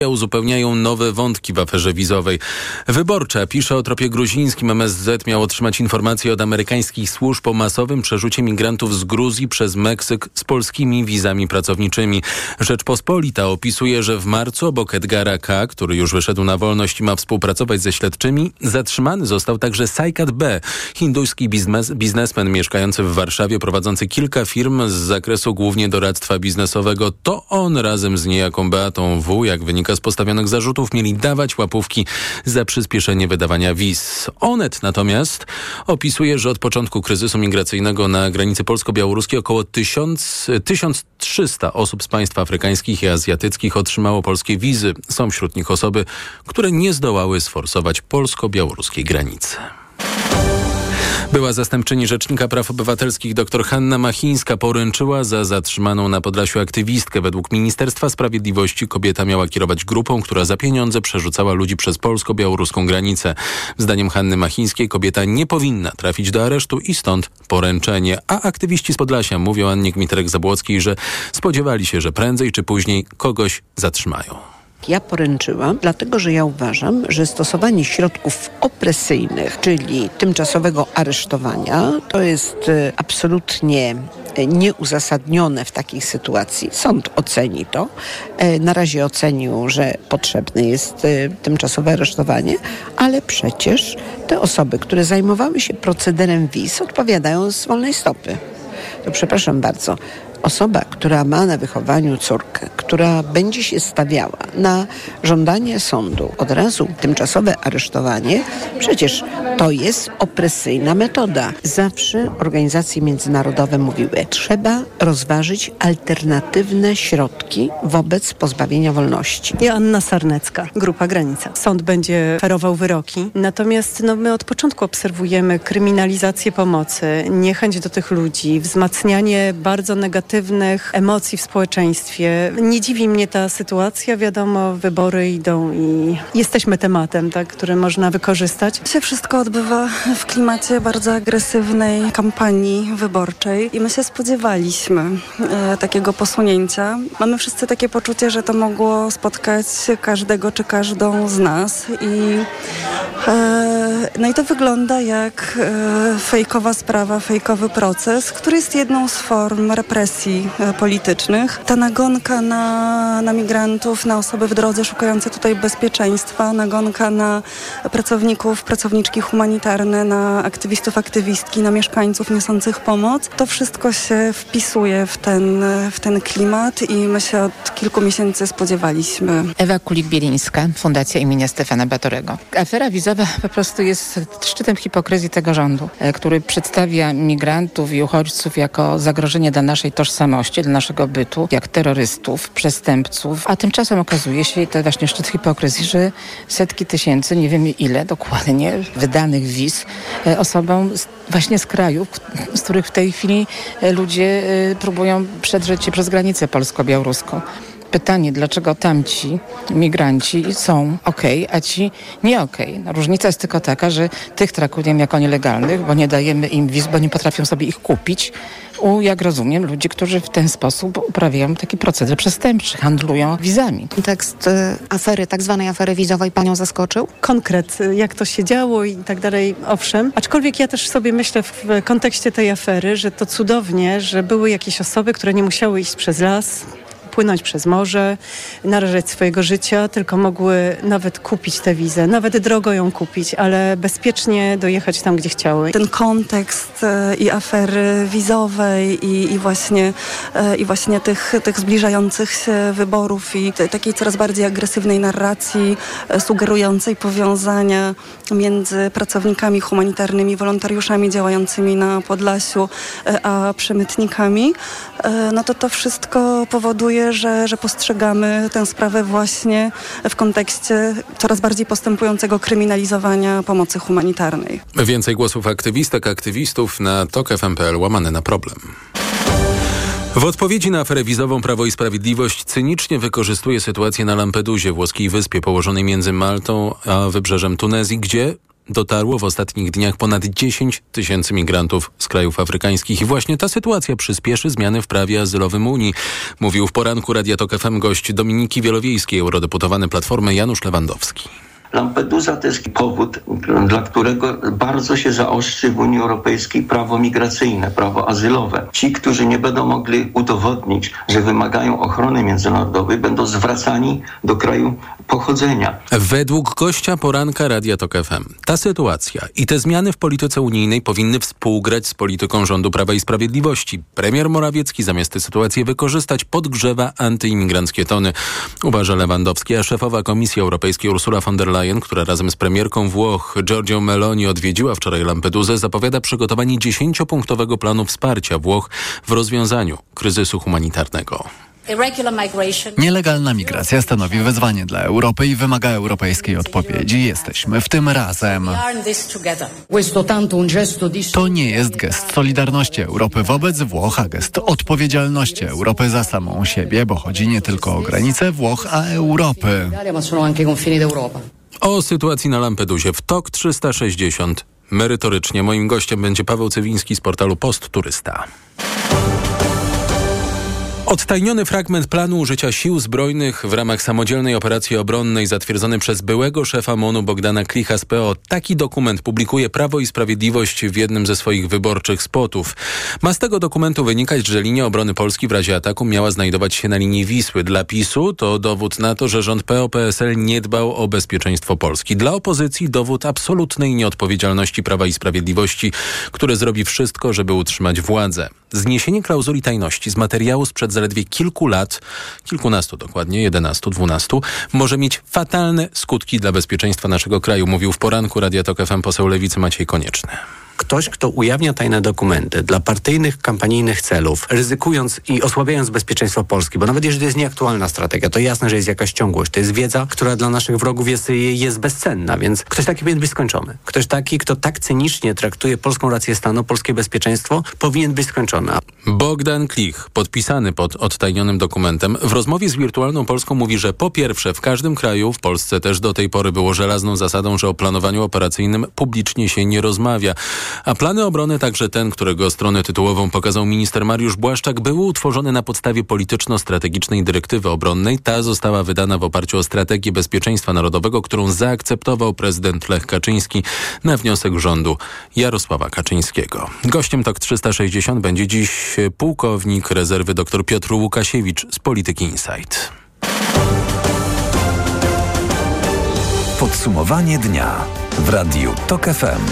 uzupełniają nowe wątki w aferze wizowej. Wyborcza pisze o tropie gruzińskim. MSZ miał otrzymać informacje od amerykańskich służb o masowym przerzucie migrantów z Gruzji przez Meksyk z polskimi wizami pracowniczymi. Rzeczpospolita opisuje, że w marcu obok Edgara K., który już wyszedł na wolność i ma współpracować ze śledczymi, zatrzymany został także Sajkat B., hinduski biznesmen mieszkający w Warszawie, prowadzący kilka firm z zakresu głównie doradztwa biznesowego. To on razem z niejaką Beatą W., jak wynika z postawionych zarzutów, mieli dawać łapówki za przyspieszenie wydawania wiz. Onet natomiast opisuje, że od początku kryzysu migracyjnego na granicy polsko-białoruskiej około 1300 osób z państw afrykańskich i azjatyckich otrzymało polskie wizy. Są wśród nich osoby, które nie zdołały sforsować polsko-białoruskiej granicy. Była zastępczyni Rzecznika Praw Obywatelskich dr Hanna Machińska poręczyła za zatrzymaną na Podlasiu aktywistkę. Według Ministerstwa Sprawiedliwości kobieta miała kierować grupą, która za pieniądze przerzucała ludzi przez polsko-białoruską granicę. Zdaniem Hanny Machińskiej kobieta nie powinna trafić do aresztu i stąd poręczenie. A aktywiści z Podlasia mówią Annie Gmiterek-Zabłockiej, że spodziewali się, że prędzej czy później kogoś zatrzymają. Ja poręczyłam, dlatego że ja uważam, że stosowanie środków opresyjnych, czyli tymczasowego aresztowania, to jest absolutnie nieuzasadnione w takiej sytuacji. Sąd oceni to. Na razie ocenił, że potrzebne jest tymczasowe aresztowanie, ale przecież te osoby, które zajmowały się procederem wiz, odpowiadają z wolnej stopy. To przepraszam bardzo. Osoba, która ma na wychowaniu córkę, która będzie się stawiała na żądanie sądu, od razu tymczasowe aresztowanie, przecież to jest opresyjna metoda. Zawsze organizacje międzynarodowe mówiły, trzeba rozważyć alternatywne środki wobec pozbawienia wolności. Joanna Sarnecka, Grupa Granica. Sąd będzie ferował wyroki, natomiast my od początku obserwujemy kryminalizację pomocy, niechęć do tych ludzi, wzmacnianie bardzo negatywnych emocji w społeczeństwie. Nie dziwi mnie ta sytuacja. Wiadomo, wybory idą i jesteśmy tematem, tak, który można wykorzystać. To się wszystko odbywa w klimacie bardzo agresywnej kampanii wyborczej i my się spodziewaliśmy takiego posunięcia. Mamy wszyscy takie poczucie, że to mogło spotkać każdego czy każdą z nas i to wygląda jak fejkowa sprawa, fejkowy proces, który jest jedną z form represji politycznych. Ta nagonka na migrantów, na osoby w drodze szukające tutaj bezpieczeństwa, nagonka na pracowników, pracowniczki humanitarne, na aktywistów, aktywistki, na mieszkańców niosących pomoc, to wszystko się wpisuje w ten klimat i my się od kilku miesięcy spodziewaliśmy. Ewa Kulik-Bielińska, Fundacja imienia Stefana Batorego. Afera wizowa po prostu jest szczytem hipokryzji tego rządu, który przedstawia migrantów i uchodźców jako zagrożenie dla naszej tożsamości, dla naszego bytu, jak terrorystów, przestępców, a tymczasem okazuje się, i to właśnie szczyt hipokryzji, że setki tysięcy, nie wiemy ile dokładnie, wydanych wiz osobom właśnie z krajów, z których w tej chwili ludzie próbują przedrzeć się przez granicę polsko-białoruską. Pytanie, dlaczego tamci migranci są okej, a ci nie okej. Różnica jest tylko taka, że tych traktujemy jako nielegalnych, bo nie dajemy im wiz, bo nie potrafią sobie ich kupić. Jak rozumiem, ludzi, którzy w ten sposób uprawiają taki proceder przestępczy, handlują wizami. Kontekst afery, tak zwanej afery wizowej panią zaskoczył? Konkret, jak to się działo i tak dalej, owszem. Aczkolwiek ja też sobie myślę w kontekście tej afery, że to cudownie, że były jakieś osoby, które nie musiały iść przez las, płynąć przez morze, narażać swojego życia, tylko mogły nawet kupić tę wizę, nawet drogo ją kupić, ale bezpiecznie dojechać tam, gdzie chciały. Ten kontekst i afery wizowej i właśnie tych zbliżających się wyborów i takiej coraz bardziej agresywnej narracji sugerującej powiązania między pracownikami humanitarnymi, wolontariuszami działającymi na Podlasiu, a przemytnikami, to wszystko powoduje, że postrzegamy tę sprawę właśnie w kontekście coraz bardziej postępującego kryminalizowania pomocy humanitarnej. Więcej głosów aktywistek, aktywistów na tok.fm.pl /problem. W odpowiedzi na aferę wizową Prawo i Sprawiedliwość cynicznie wykorzystuje sytuację na Lampedusie, włoskiej wyspie położonej między Maltą a wybrzeżem Tunezji, gdzie dotarło w ostatnich dniach ponad 10 000 migrantów z krajów afrykańskich i właśnie ta sytuacja przyspieszy zmiany w prawie azylowym Unii, mówił w poranku Radia Tok FM gość Dominiki Wielowiejskiej, eurodeputowany Platformy Janusz Lewandowski. Lampedusa to jest powód, dla którego bardzo się zaostrzy w Unii Europejskiej prawo migracyjne, prawo azylowe. Ci, którzy nie będą mogli udowodnić, że wymagają ochrony międzynarodowej, będą zwracani do kraju pochodzenia. Według gościa poranka Radia Tok FM ta sytuacja i te zmiany w polityce unijnej powinny współgrać z polityką rządu Prawa i Sprawiedliwości. Premier Morawiecki zamiast tę sytuację wykorzystać podgrzewa antyimigranckie tony, uważa Lewandowski, a szefowa Komisji Europejskiej Ursula von der Leyen, która razem z premierką Włoch Giorgią Meloni odwiedziła wczoraj Lampedusę, zapowiada przygotowanie 10-punktowego planu wsparcia Włoch w rozwiązaniu kryzysu humanitarnego. Nielegalna migracja stanowi wyzwanie dla Europy i wymaga europejskiej odpowiedzi. Jesteśmy w tym razem. To nie jest gest solidarności Europy wobec Włoch, a gest odpowiedzialności Europy za samą siebie, bo chodzi nie tylko o granice Włoch, a Europy. O sytuacji na Lampedusie w TOK 360 merytorycznie. Moim gościem będzie Paweł Cywiński z portalu Post Turysta. Odtajniony fragment planu użycia sił zbrojnych w ramach samodzielnej operacji obronnej zatwierdzony przez byłego szefa MON-u Bogdana Klicha z PO. Taki dokument publikuje Prawo i Sprawiedliwość w jednym ze swoich wyborczych spotów. Ma z tego dokumentu wynikać, że linia obrony Polski w razie ataku miała znajdować się na linii Wisły. Dla PiS-u to dowód na to, że rząd PO-PSL nie dbał o bezpieczeństwo Polski. Dla opozycji dowód absolutnej nieodpowiedzialności Prawa i Sprawiedliwości, które zrobi wszystko, żeby utrzymać władzę. Zniesienie klauzuli tajności z materiału sprzed zaledwie kilku lat, kilkunastu dokładnie, 11, 12, może mieć fatalne skutki dla bezpieczeństwa naszego kraju, mówił w poranku Radia Tok FM poseł Lewicy Maciej Konieczny. Ktoś, kto ujawnia tajne dokumenty dla partyjnych, kampanijnych celów, ryzykując i osłabiając bezpieczeństwo Polski, bo nawet jeżeli to jest nieaktualna strategia, to jasne, że jest jakaś ciągłość. To jest wiedza, która dla naszych wrogów jest bezcenna, więc ktoś taki powinien być skończony. Ktoś taki, kto tak cynicznie traktuje polską rację stanu, polskie bezpieczeństwo, powinien być skończony. Bogdan Klich, podpisany pod odtajnionym dokumentem, w rozmowie z Wirtualną Polską mówi, że po pierwsze w każdym kraju, w Polsce też do tej pory było żelazną zasadą, że o planowaniu operacyjnym publicznie się nie rozmawia. A plany obrony, także ten, którego stronę tytułową pokazał minister Mariusz Błaszczak, były utworzone na podstawie polityczno-strategicznej dyrektywy obronnej. Ta została wydana w oparciu o strategię bezpieczeństwa narodowego, którą zaakceptował prezydent Lech Kaczyński na wniosek rządu Jarosława Kaczyńskiego. Gościem TOK 360 będzie dziś pułkownik rezerwy dr Piotr Łukasiewicz z Polityki Insight. Podsumowanie dnia w Radiu Tok FM.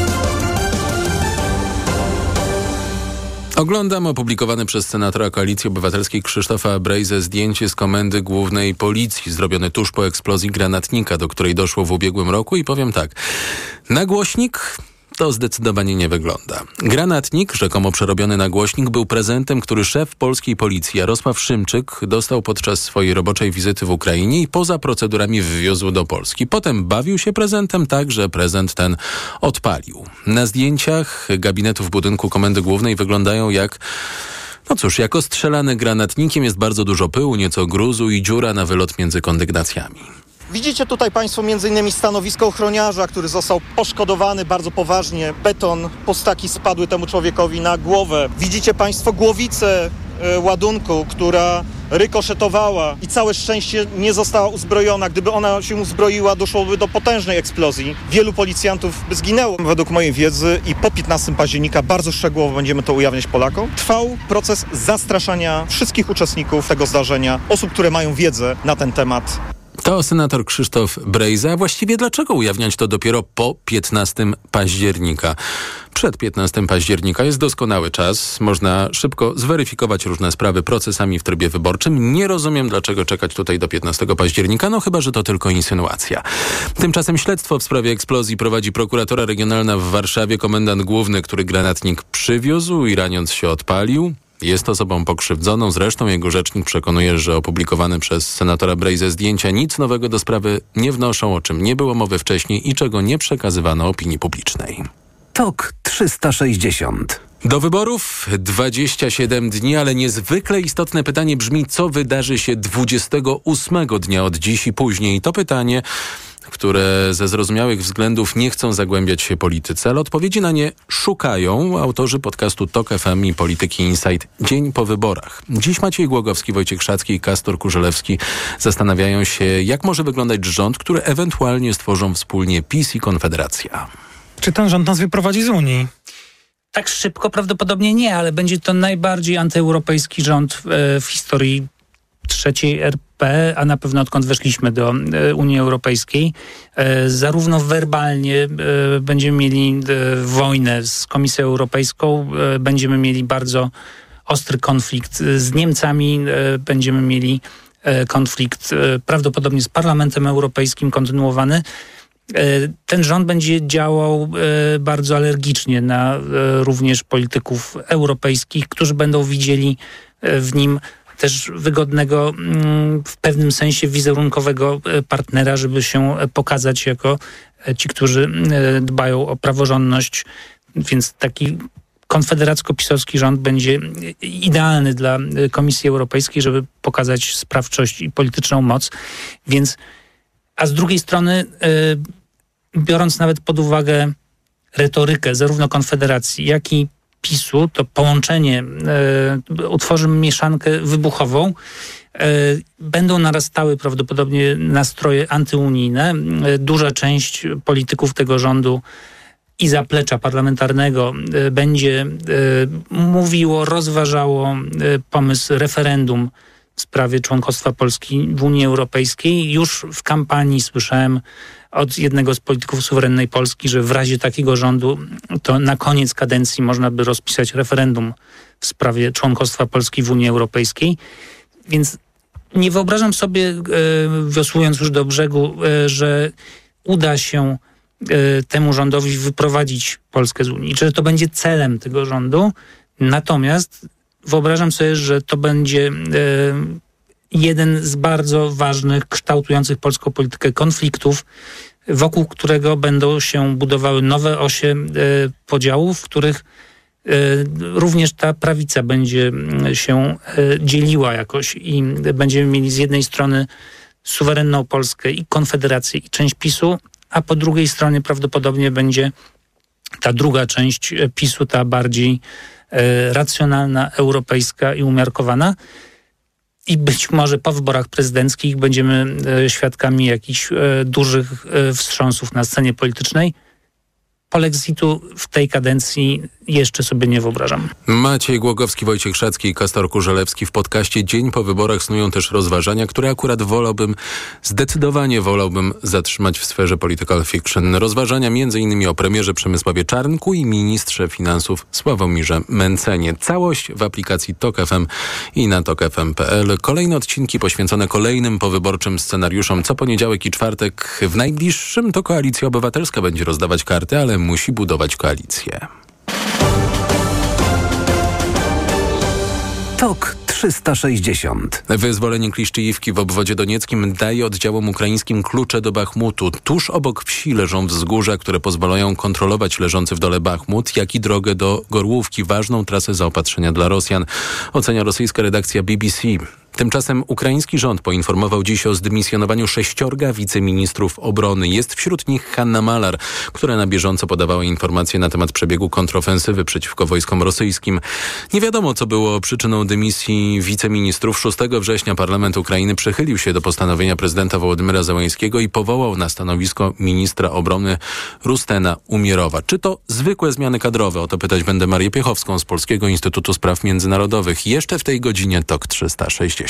Oglądam opublikowane przez senatora Koalicji Obywatelskiej Krzysztofa Brejzę zdjęcie z Komendy Głównej Policji, zrobione tuż po eksplozji granatnika, do której doszło w ubiegłym roku i powiem tak, na głośnik to zdecydowanie nie wygląda. Granatnik, rzekomo przerobiony na głośnik, był prezentem, który szef polskiej policji Jarosław Szymczyk dostał podczas swojej roboczej wizyty w Ukrainie i poza procedurami wwiózł do Polski. Potem bawił się prezentem tak, że prezent ten odpalił. Na zdjęciach gabinetu w budynku Komendy Głównej wyglądają jak jak ostrzelane granatnikiem, jest bardzo dużo pyłu, nieco gruzu i dziura na wylot między kondygnacjami. Widzicie tutaj Państwo m.in. stanowisko ochroniarza, który został poszkodowany bardzo poważnie. Beton, pustaki spadły temu człowiekowi na głowę. Widzicie Państwo głowicę ładunku, która rykoszetowała i całe szczęście nie została uzbrojona. Gdyby ona się uzbroiła, doszłoby do potężnej eksplozji. Wielu policjantów by zginęło. Według mojej wiedzy i po 15 października bardzo szczegółowo będziemy to ujawniać Polakom. Trwał proces zastraszania wszystkich uczestników tego zdarzenia, osób, które mają wiedzę na ten temat. To senator Krzysztof Brejza. Właściwie dlaczego ujawniać to dopiero po 15 października? Przed 15 października jest doskonały czas. Można szybko zweryfikować różne sprawy procesami w trybie wyborczym. Nie rozumiem, dlaczego czekać tutaj do 15 października, chyba że to tylko insynuacja. Tymczasem śledztwo w sprawie eksplozji prowadzi prokuratura regionalna w Warszawie. Komendant główny, który granatnik przywiózł i raniąc się odpalił, jest osobą pokrzywdzoną. Zresztą jego rzecznik przekonuje, że opublikowane przez senatora Brejzę zdjęcia nic nowego do sprawy nie wnoszą, o czym nie było mowy wcześniej i czego nie przekazywano opinii publicznej. TOK 360. Do wyborów 27 dni, ale niezwykle istotne pytanie brzmi, co wydarzy się 28 dnia od dziś i później. To pytanie które ze zrozumiałych względów nie chcą zagłębiać się w polityce, ale odpowiedzi na nie szukają autorzy podcastu TOK FM i Polityki Insight dzień po wyborach. Dziś Maciej Głogowski, Wojciech Szacki i Kastor Kurzelewski zastanawiają się, jak może wyglądać rząd, który ewentualnie stworzą wspólnie PiS i Konfederacja. Czy ten rząd nas wyprowadzi z Unii? Tak szybko prawdopodobnie nie, ale będzie to najbardziej antyeuropejski rząd w historii trzeciej RP, a na pewno odkąd weszliśmy do Unii Europejskiej. Zarówno werbalnie będziemy mieli wojnę z Komisją Europejską, będziemy mieli bardzo ostry konflikt z Niemcami, będziemy mieli konflikt prawdopodobnie z Parlamentem Europejskim kontynuowany. Ten rząd będzie działał bardzo alergicznie na również polityków europejskich, którzy będą widzieli w nim też wygodnego, w pewnym sensie wizerunkowego partnera, żeby się pokazać jako ci, którzy dbają o praworządność. Więc taki konfederacko-pisowski rząd będzie idealny dla Komisji Europejskiej, żeby pokazać sprawczość i polityczną moc. A z drugiej strony, biorąc nawet pod uwagę retorykę zarówno Konfederacji, jak i PiS-u, to połączenie utworzy mieszankę wybuchową. Będą narastały prawdopodobnie nastroje antyunijne. Duża część polityków tego rządu i zaplecza parlamentarnego będzie mówiło, rozważało pomysł referendum w sprawie członkostwa Polski w Unii Europejskiej. Już w kampanii słyszałem od jednego z polityków suwerennej Polski, że w razie takiego rządu to na koniec kadencji można by rozpisać referendum w sprawie członkostwa Polski w Unii Europejskiej. Więc nie wyobrażam sobie, wiosłując już do brzegu, że uda się temu rządowi wyprowadzić Polskę z Unii, że to będzie celem tego rządu. Natomiast wyobrażam sobie, że to będzie jeden z bardzo ważnych, kształtujących polską politykę konfliktów, wokół którego będą się budowały nowe osie podziałów, w których również ta prawica będzie się dzieliła jakoś i będziemy mieli z jednej strony suwerenną Polskę i Konfederację i część PiS-u, a po drugiej stronie prawdopodobnie będzie ta druga część PiS-u, ta bardziej racjonalna, europejska i umiarkowana. I być może po wyborach prezydenckich będziemy świadkami jakichś dużych wstrząsów na scenie politycznej. Polexitu w tej kadencji jeszcze sobie nie wyobrażam. Maciej Głogowski, Wojciech Szacki i Kastor Kurzelewski w podcaście Dzień po wyborach snują też rozważania, które akurat zdecydowanie wolałbym zatrzymać w sferze political fiction. Rozważania m.in. o premierze Przemysławie Czarnku i ministrze finansów Sławomirze Mencenie. Całość w aplikacji TOK FM i na tokfm.pl. Kolejne odcinki poświęcone kolejnym powyborczym scenariuszom. Co poniedziałek i czwartek w najbliższym to Koalicja Obywatelska będzie rozdawać karty, ale musi budować koalicję. TOK 360. Wyzwolenie Kliszczyjówki w obwodzie donieckim daje oddziałom ukraińskim klucze do Bachmutu. Tuż obok wsi leżą wzgórza, które pozwalają kontrolować leżący w dole Bachmut, jak i drogę do Gorłówki, ważną trasę zaopatrzenia dla Rosjan, ocenia rosyjska redakcja BBC. Tymczasem ukraiński rząd poinformował dziś o zdymisjonowaniu 6 wiceministrów obrony. Jest wśród nich Hanna Malar, która na bieżąco podawała informacje na temat przebiegu kontrofensywy przeciwko wojskom rosyjskim. Nie wiadomo, co było przyczyną dymisji wiceministrów. 6 września parlament Ukrainy przychylił się do postanowienia prezydenta Wołodymyra Zełańskiego i powołał na stanowisko ministra obrony Rustena Umierowa. Czy to zwykłe zmiany kadrowe? O to pytać będę Marię Piechowską z Polskiego Instytutu Spraw Międzynarodowych. Jeszcze w tej godzinie TOK 360.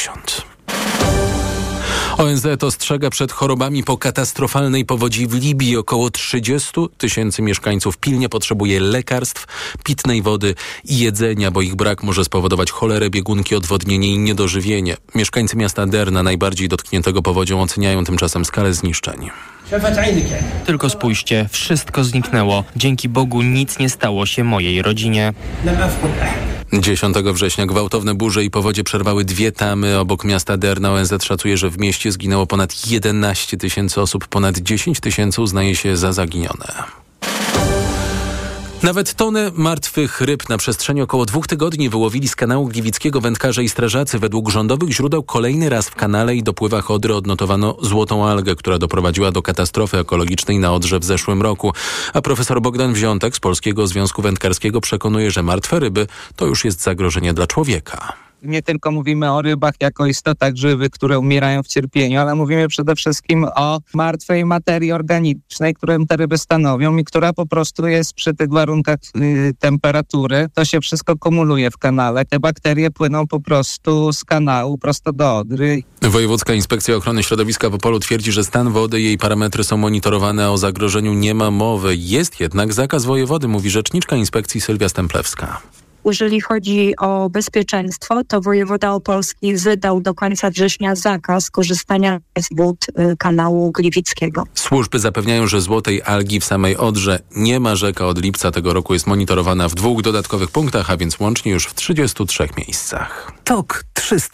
ONZ ostrzega przed chorobami po katastrofalnej powodzi w Libii. Około 30 000 mieszkańców pilnie potrzebuje lekarstw, pitnej wody i jedzenia, bo ich brak może spowodować cholerę, biegunki, odwodnienie i niedożywienie. Mieszkańcy miasta Derna, najbardziej dotkniętego powodzią, oceniają tymczasem skalę zniszczeń. Tylko spójrzcie, wszystko zniknęło. Dzięki Bogu nic nie stało się mojej rodzinie. 10 września gwałtowne burze i powodzie przerwały 2 tamy obok miasta Derna. ONZ szacuje, że w mieście zginęło ponad 11 000 osób, ponad 10 000 uznaje się za zaginione. Nawet tonę martwych ryb na przestrzeni około 2 tygodni wyłowili z kanału Gliwickiego wędkarze i strażacy. Według rządowych źródeł kolejny raz w kanale i dopływach Odry odnotowano złotą algę, która doprowadziła do katastrofy ekologicznej na Odrze w zeszłym roku. A profesor Bogdan Wziątek z Polskiego Związku Wędkarskiego przekonuje, że martwe ryby to już jest zagrożenie dla człowieka. Nie tylko mówimy o rybach jako istotach żywych, które umierają w cierpieniu, ale mówimy przede wszystkim o martwej materii organicznej, którą te ryby stanowią i która po prostu jest przy tych warunkach temperatury. To się wszystko kumuluje w kanale. Te bakterie płyną po prostu z kanału prosto do Odry. Wojewódzka Inspekcja Ochrony Środowiska w Opolu twierdzi, że stan wody i jej parametry są monitorowane, a o zagrożeniu nie ma mowy. Jest jednak zakaz wojewody, mówi rzeczniczka inspekcji Sylwia Stemplewska. Jeżeli chodzi o bezpieczeństwo, to wojewoda opolski wydał do końca września zakaz korzystania z wód kanału Gliwickiego. Służby zapewniają, że złotej algi w samej Odrze nie ma. Rzeka od lipca tego roku jest monitorowana w 2 dodatkowych punktach, a więc łącznie już w 33 miejscach. TOK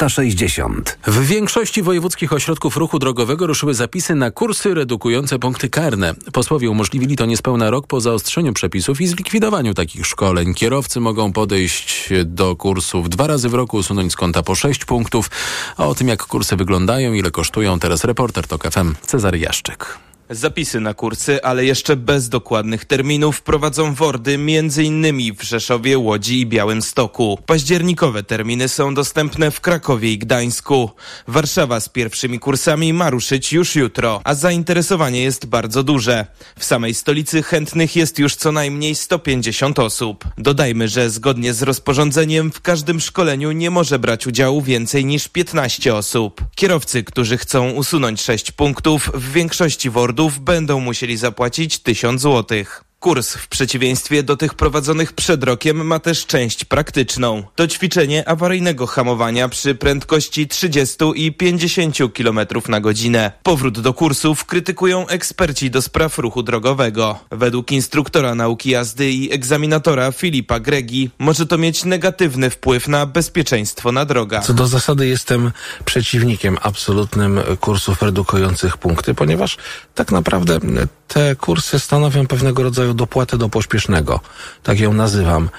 360. W większości wojewódzkich ośrodków ruchu drogowego ruszyły zapisy na kursy redukujące punkty karne. Posłowie umożliwili to niespełna rok po zaostrzeniu przepisów i zlikwidowaniu takich szkoleń. Kierowcy mogą podejść do kursów 2 razy w roku, usunąć z konta po 6 punktów. A o tym, jak kursy wyglądają, ile kosztują, teraz reporter TOK FM Cezary Jaszczyk. Zapisy na kursy, ale jeszcze bez dokładnych terminów, prowadzą WORD-y m.in. w Rzeszowie, Łodzi i Białymstoku. Październikowe terminy są dostępne w Krakowie i Gdańsku. Warszawa z pierwszymi kursami ma ruszyć już jutro, a zainteresowanie jest bardzo duże. W samej stolicy chętnych jest już co najmniej 150 osób. Dodajmy, że zgodnie z rozporządzeniem w każdym szkoleniu nie może brać udziału więcej niż 15 osób. Kierowcy, którzy chcą usunąć 6 punktów, w większości WORD-ów będą musieli zapłacić 1000 złotych. Kurs w przeciwieństwie do tych prowadzonych przed rokiem ma też część praktyczną. To ćwiczenie awaryjnego hamowania przy prędkości 30 i 50 km na godzinę. Powrót do kursów krytykują eksperci do spraw ruchu drogowego. Według instruktora nauki jazdy i egzaminatora Filipa Gregi może to mieć negatywny wpływ na bezpieczeństwo na drogach. Co do zasady jestem przeciwnikiem absolutnym kursów redukujących punkty, ponieważ tak naprawdę te kursy stanowią pewnego rodzaju dopłatę do pośpiesznego. Tak ją nazywam.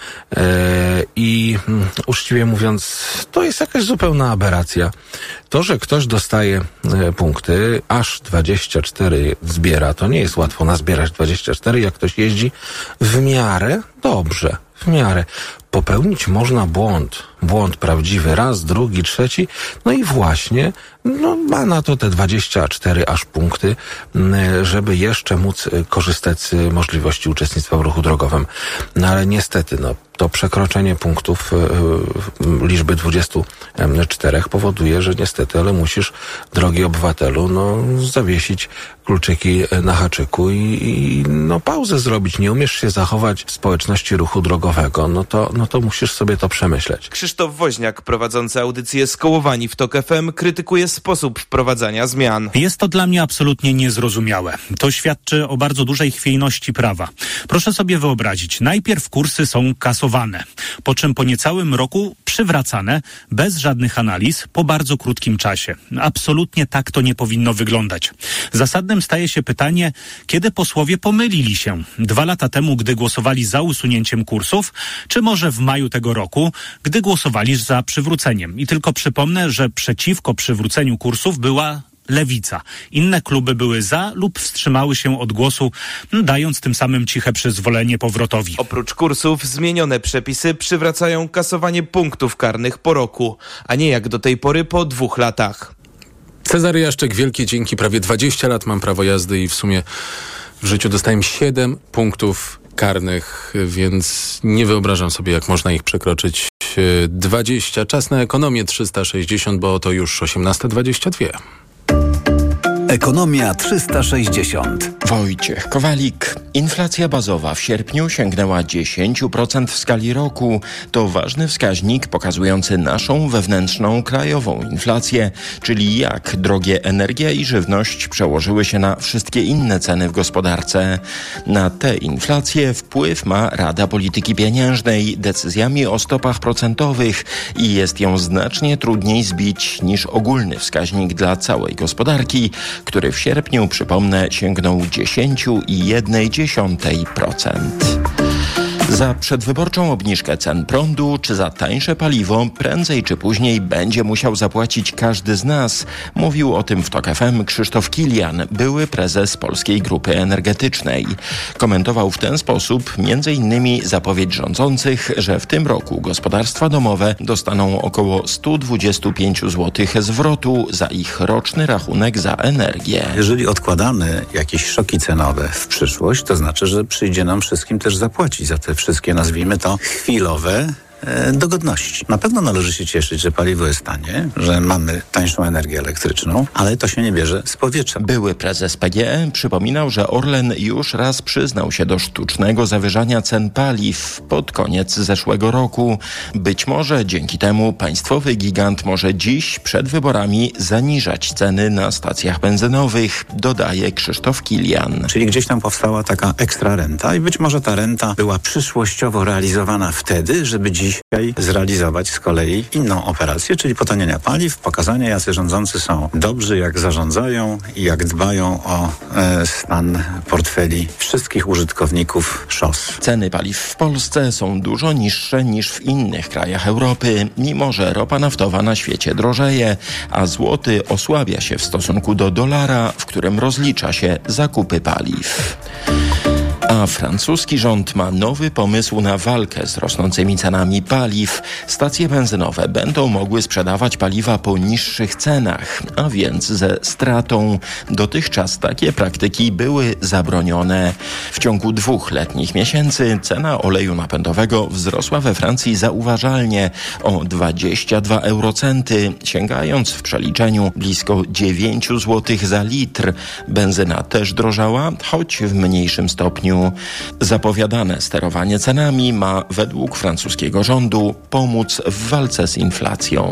I uczciwie mówiąc, to jest jakaś zupełna aberracja. To, że ktoś dostaje punkty, aż 24 zbiera, to nie jest łatwo nazbierać 24, jak ktoś jeździ w miarę dobrze. W miarę. Popełnić można błąd prawdziwy, raz, drugi, trzeci, no i właśnie, ma na to te 24 aż punkty, żeby jeszcze móc korzystać z możliwości uczestnictwa w ruchu drogowym. No ale niestety, to przekroczenie punktów liczby 24 powoduje, że niestety, ale musisz, drogi obywatelu, zawiesić kluczyki na haczyku i pauzę zrobić. Nie umiesz się zachować w społeczności ruchu drogowego, no to musisz sobie to przemyśleć. Krzysztof Woźniak, prowadzący audycję Skołowani w TOK FM, krytykuje sposób wprowadzania zmian. Jest to dla mnie absolutnie niezrozumiałe. To świadczy o bardzo dużej chwiejności prawa. Proszę sobie wyobrazić, najpierw kursy są kasowane, po czym po niecałym roku przywracane, bez żadnych analiz, po bardzo krótkim czasie. Absolutnie tak to nie powinno wyglądać. Zasadnym staje się pytanie, kiedy posłowie pomylili się? 2 lata temu, gdy głosowali za usunięciem kursów, czy może w maju tego roku, gdy głosowali za przywróceniem? I tylko przypomnę, że przeciwko przywróceniu kursów była Lewica. Inne kluby były za lub wstrzymały się od głosu, dając tym samym ciche przyzwolenie powrotowi. Oprócz kursów zmienione przepisy przywracają kasowanie punktów karnych po roku, a nie jak do tej pory po 2 latach. Cezary Jaszczyk, wielkie dzięki. Prawie 20 lat mam prawo jazdy i w sumie w życiu dostałem 7 punktów karnych, więc nie wyobrażam sobie, jak można ich przekroczyć 20. Czas na ekonomię 360, bo to już 18:22. Ekonomia 360. Wojciech Kowalik. Inflacja bazowa w sierpniu sięgnęła 10% w skali roku. To ważny wskaźnik pokazujący naszą wewnętrzną krajową inflację, czyli jak drogie energia i żywność przełożyły się na wszystkie inne ceny w gospodarce. Na tę inflację wpływ ma Rada Polityki Pieniężnej decyzjami o stopach procentowych i jest ją znacznie trudniej zbić niż ogólny wskaźnik dla całej gospodarki, który w sierpniu, przypomnę, sięgnął 10,1%. Za przedwyborczą obniżkę cen prądu czy za tańsze paliwo prędzej czy później będzie musiał zapłacić każdy z nas. Mówił o tym w TOK FM Krzysztof Kilian, były prezes Polskiej Grupy Energetycznej. Komentował w ten sposób m.in. zapowiedź rządzących, że w tym roku gospodarstwa domowe dostaną około 125 zł zwrotu za ich roczny rachunek za energię. Jeżeli odkładamy jakieś szoki cenowe w przyszłość, to znaczy, że przyjdzie nam wszystkim też zapłacić za te wszystkie, nazwijmy to, chwilowe dogodności. Na pewno należy się cieszyć, że paliwo jest tanie, że mamy tańszą energię elektryczną, ale to się nie bierze z powietrza. Były prezes PGE przypominał, że Orlen już raz przyznał się do sztucznego zawyżania cen paliw pod koniec zeszłego roku. Być może dzięki temu państwowy gigant może dziś przed wyborami zaniżać ceny na stacjach benzynowych, dodaje Krzysztof Kilian. Czyli gdzieś tam powstała taka ekstra renta i być może ta renta była przyszłościowo realizowana wtedy, żeby dzisiaj zrealizować z kolei inną operację, czyli potanienia paliw, pokazanie, jacy rządzący są dobrzy, jak zarządzają i jak dbają o stan portfeli wszystkich użytkowników szos. Ceny paliw w Polsce są dużo niższe niż w innych krajach Europy, mimo że ropa naftowa na świecie drożeje, a złoty osłabia się w stosunku do dolara, w którym rozlicza się zakupy paliw. A francuski rząd ma nowy pomysł na walkę z rosnącymi cenami paliw. Stacje benzynowe będą mogły sprzedawać paliwa po niższych cenach, a więc ze stratą. Dotychczas takie praktyki były zabronione. W ciągu 2 letnich miesięcy cena oleju napędowego wzrosła we Francji zauważalnie o 22 eurocenty, sięgając w przeliczeniu blisko 9 zł za litr. Benzyna też drożała, choć w mniejszym stopniu. Zapowiadane sterowanie cenami ma według francuskiego rządu pomóc w walce z inflacją.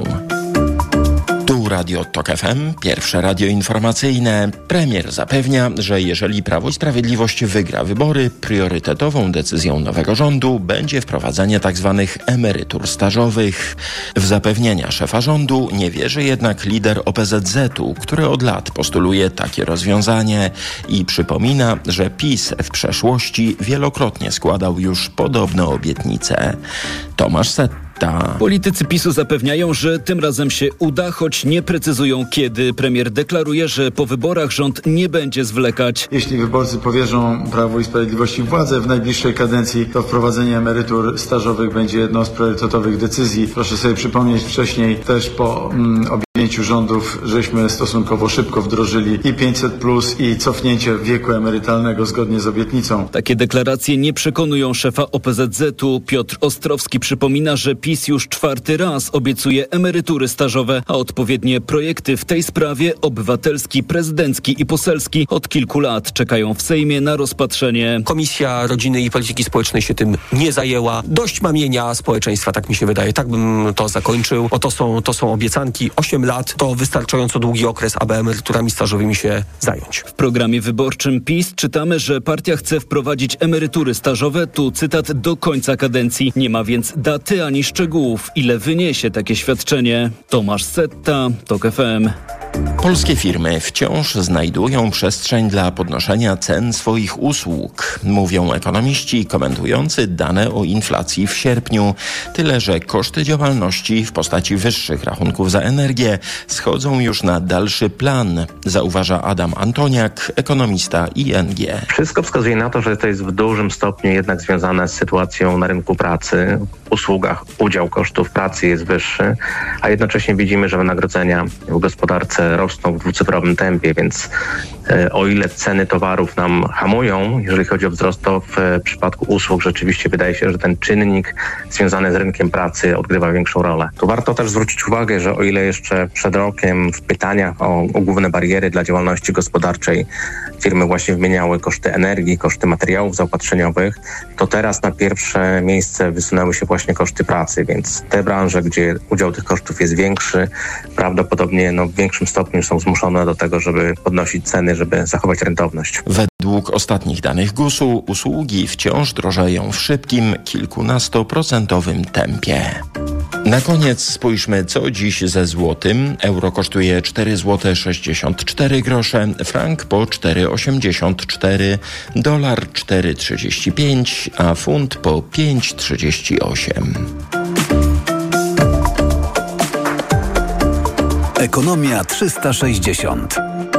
Tu Radio TOK FM, pierwsze radio informacyjne. Premier zapewnia, że jeżeli Prawo i Sprawiedliwość wygra wybory, priorytetową decyzją nowego rządu będzie wprowadzenie tzw. emerytur stażowych. W zapewnienia szefa rządu nie wierzy jednak lider OPZZ-u, który od lat postuluje takie rozwiązanie i przypomina, że PiS w przeszłości wielokrotnie składał już podobne obietnice. Tomasz Setta. Politycy PiS-u zapewniają, że tym razem się uda, choć nie precyzują kiedy. Premier deklaruje, że po wyborach rząd nie będzie zwlekać. Jeśli wyborcy powierzą Prawu i Sprawiedliwości władzę w najbliższej kadencji, to wprowadzenie emerytur stażowych będzie jedną z priorytetowych decyzji. Proszę sobie przypomnieć, wcześniej też po objęciu rządów żeśmy stosunkowo szybko wdrożyli i 500+, i cofnięcie wieku emerytalnego zgodnie z obietnicą. Takie deklaracje nie przekonują szefa OPZZ-u. Piotr Ostrowski przypomina, że PiS już 4. raz obiecuje emerytury stażowe, a odpowiednie projekty w tej sprawie, obywatelski, prezydencki i poselski, od kilku lat czekają w Sejmie na rozpatrzenie. Komisja Rodziny i Polityki Społecznej się tym nie zajęła. Dość mamienia społeczeństwa, tak mi się wydaje. Tak bym to zakończył. To są obiecanki. 8 lat to wystarczająco długi okres, aby emeryturami stażowymi się zająć. W programie wyborczym PiS czytamy, że partia chce wprowadzić emerytury stażowe, tu cytat, do końca kadencji. Nie ma więc daty ani szczegółów, ile wyniesie takie świadczenie. Tomasz Setta, TOK FM. Polskie firmy wciąż znajdują przestrzeń dla podnoszenia cen swoich usług, mówią ekonomiści komentujący dane o inflacji w sierpniu. Tyle, że koszty działalności w postaci wyższych rachunków za energię schodzą już na dalszy plan, zauważa Adam Antoniak, ekonomista ING. Wszystko wskazuje na to, że to jest w dużym stopniu jednak związane z sytuacją na rynku pracy. W usługach udział kosztów pracy jest wyższy, a jednocześnie widzimy, że wynagrodzenia w gospodarce rosną w dwucyfrowym tempie, więc o ile ceny towarów nam hamują, jeżeli chodzi o wzrost, to w przypadku usług rzeczywiście wydaje się, że ten czynnik związany z rynkiem pracy odgrywa większą rolę. Tu warto też zwrócić uwagę, że o ile jeszcze przed rokiem w pytaniach o główne bariery dla działalności gospodarczej firmy właśnie wymieniały koszty energii, koszty materiałów zaopatrzeniowych, to teraz na pierwsze miejsce wysunęły się właśnie koszty pracy, więc te branże, gdzie udział tych kosztów jest większy, prawdopodobnie w większym stopniu są zmuszone do tego, żeby podnosić ceny, żeby zachować rentowność. Według ostatnich danych GUS-u usługi wciąż drożeją w szybkim, kilkunastoprocentowym tempie. Na koniec spójrzmy, co dziś ze złotym. Euro kosztuje 4 zł 64 grosze, frank po 4,84, dolar 4,35, a funt po 5,38. Ekonomia 360.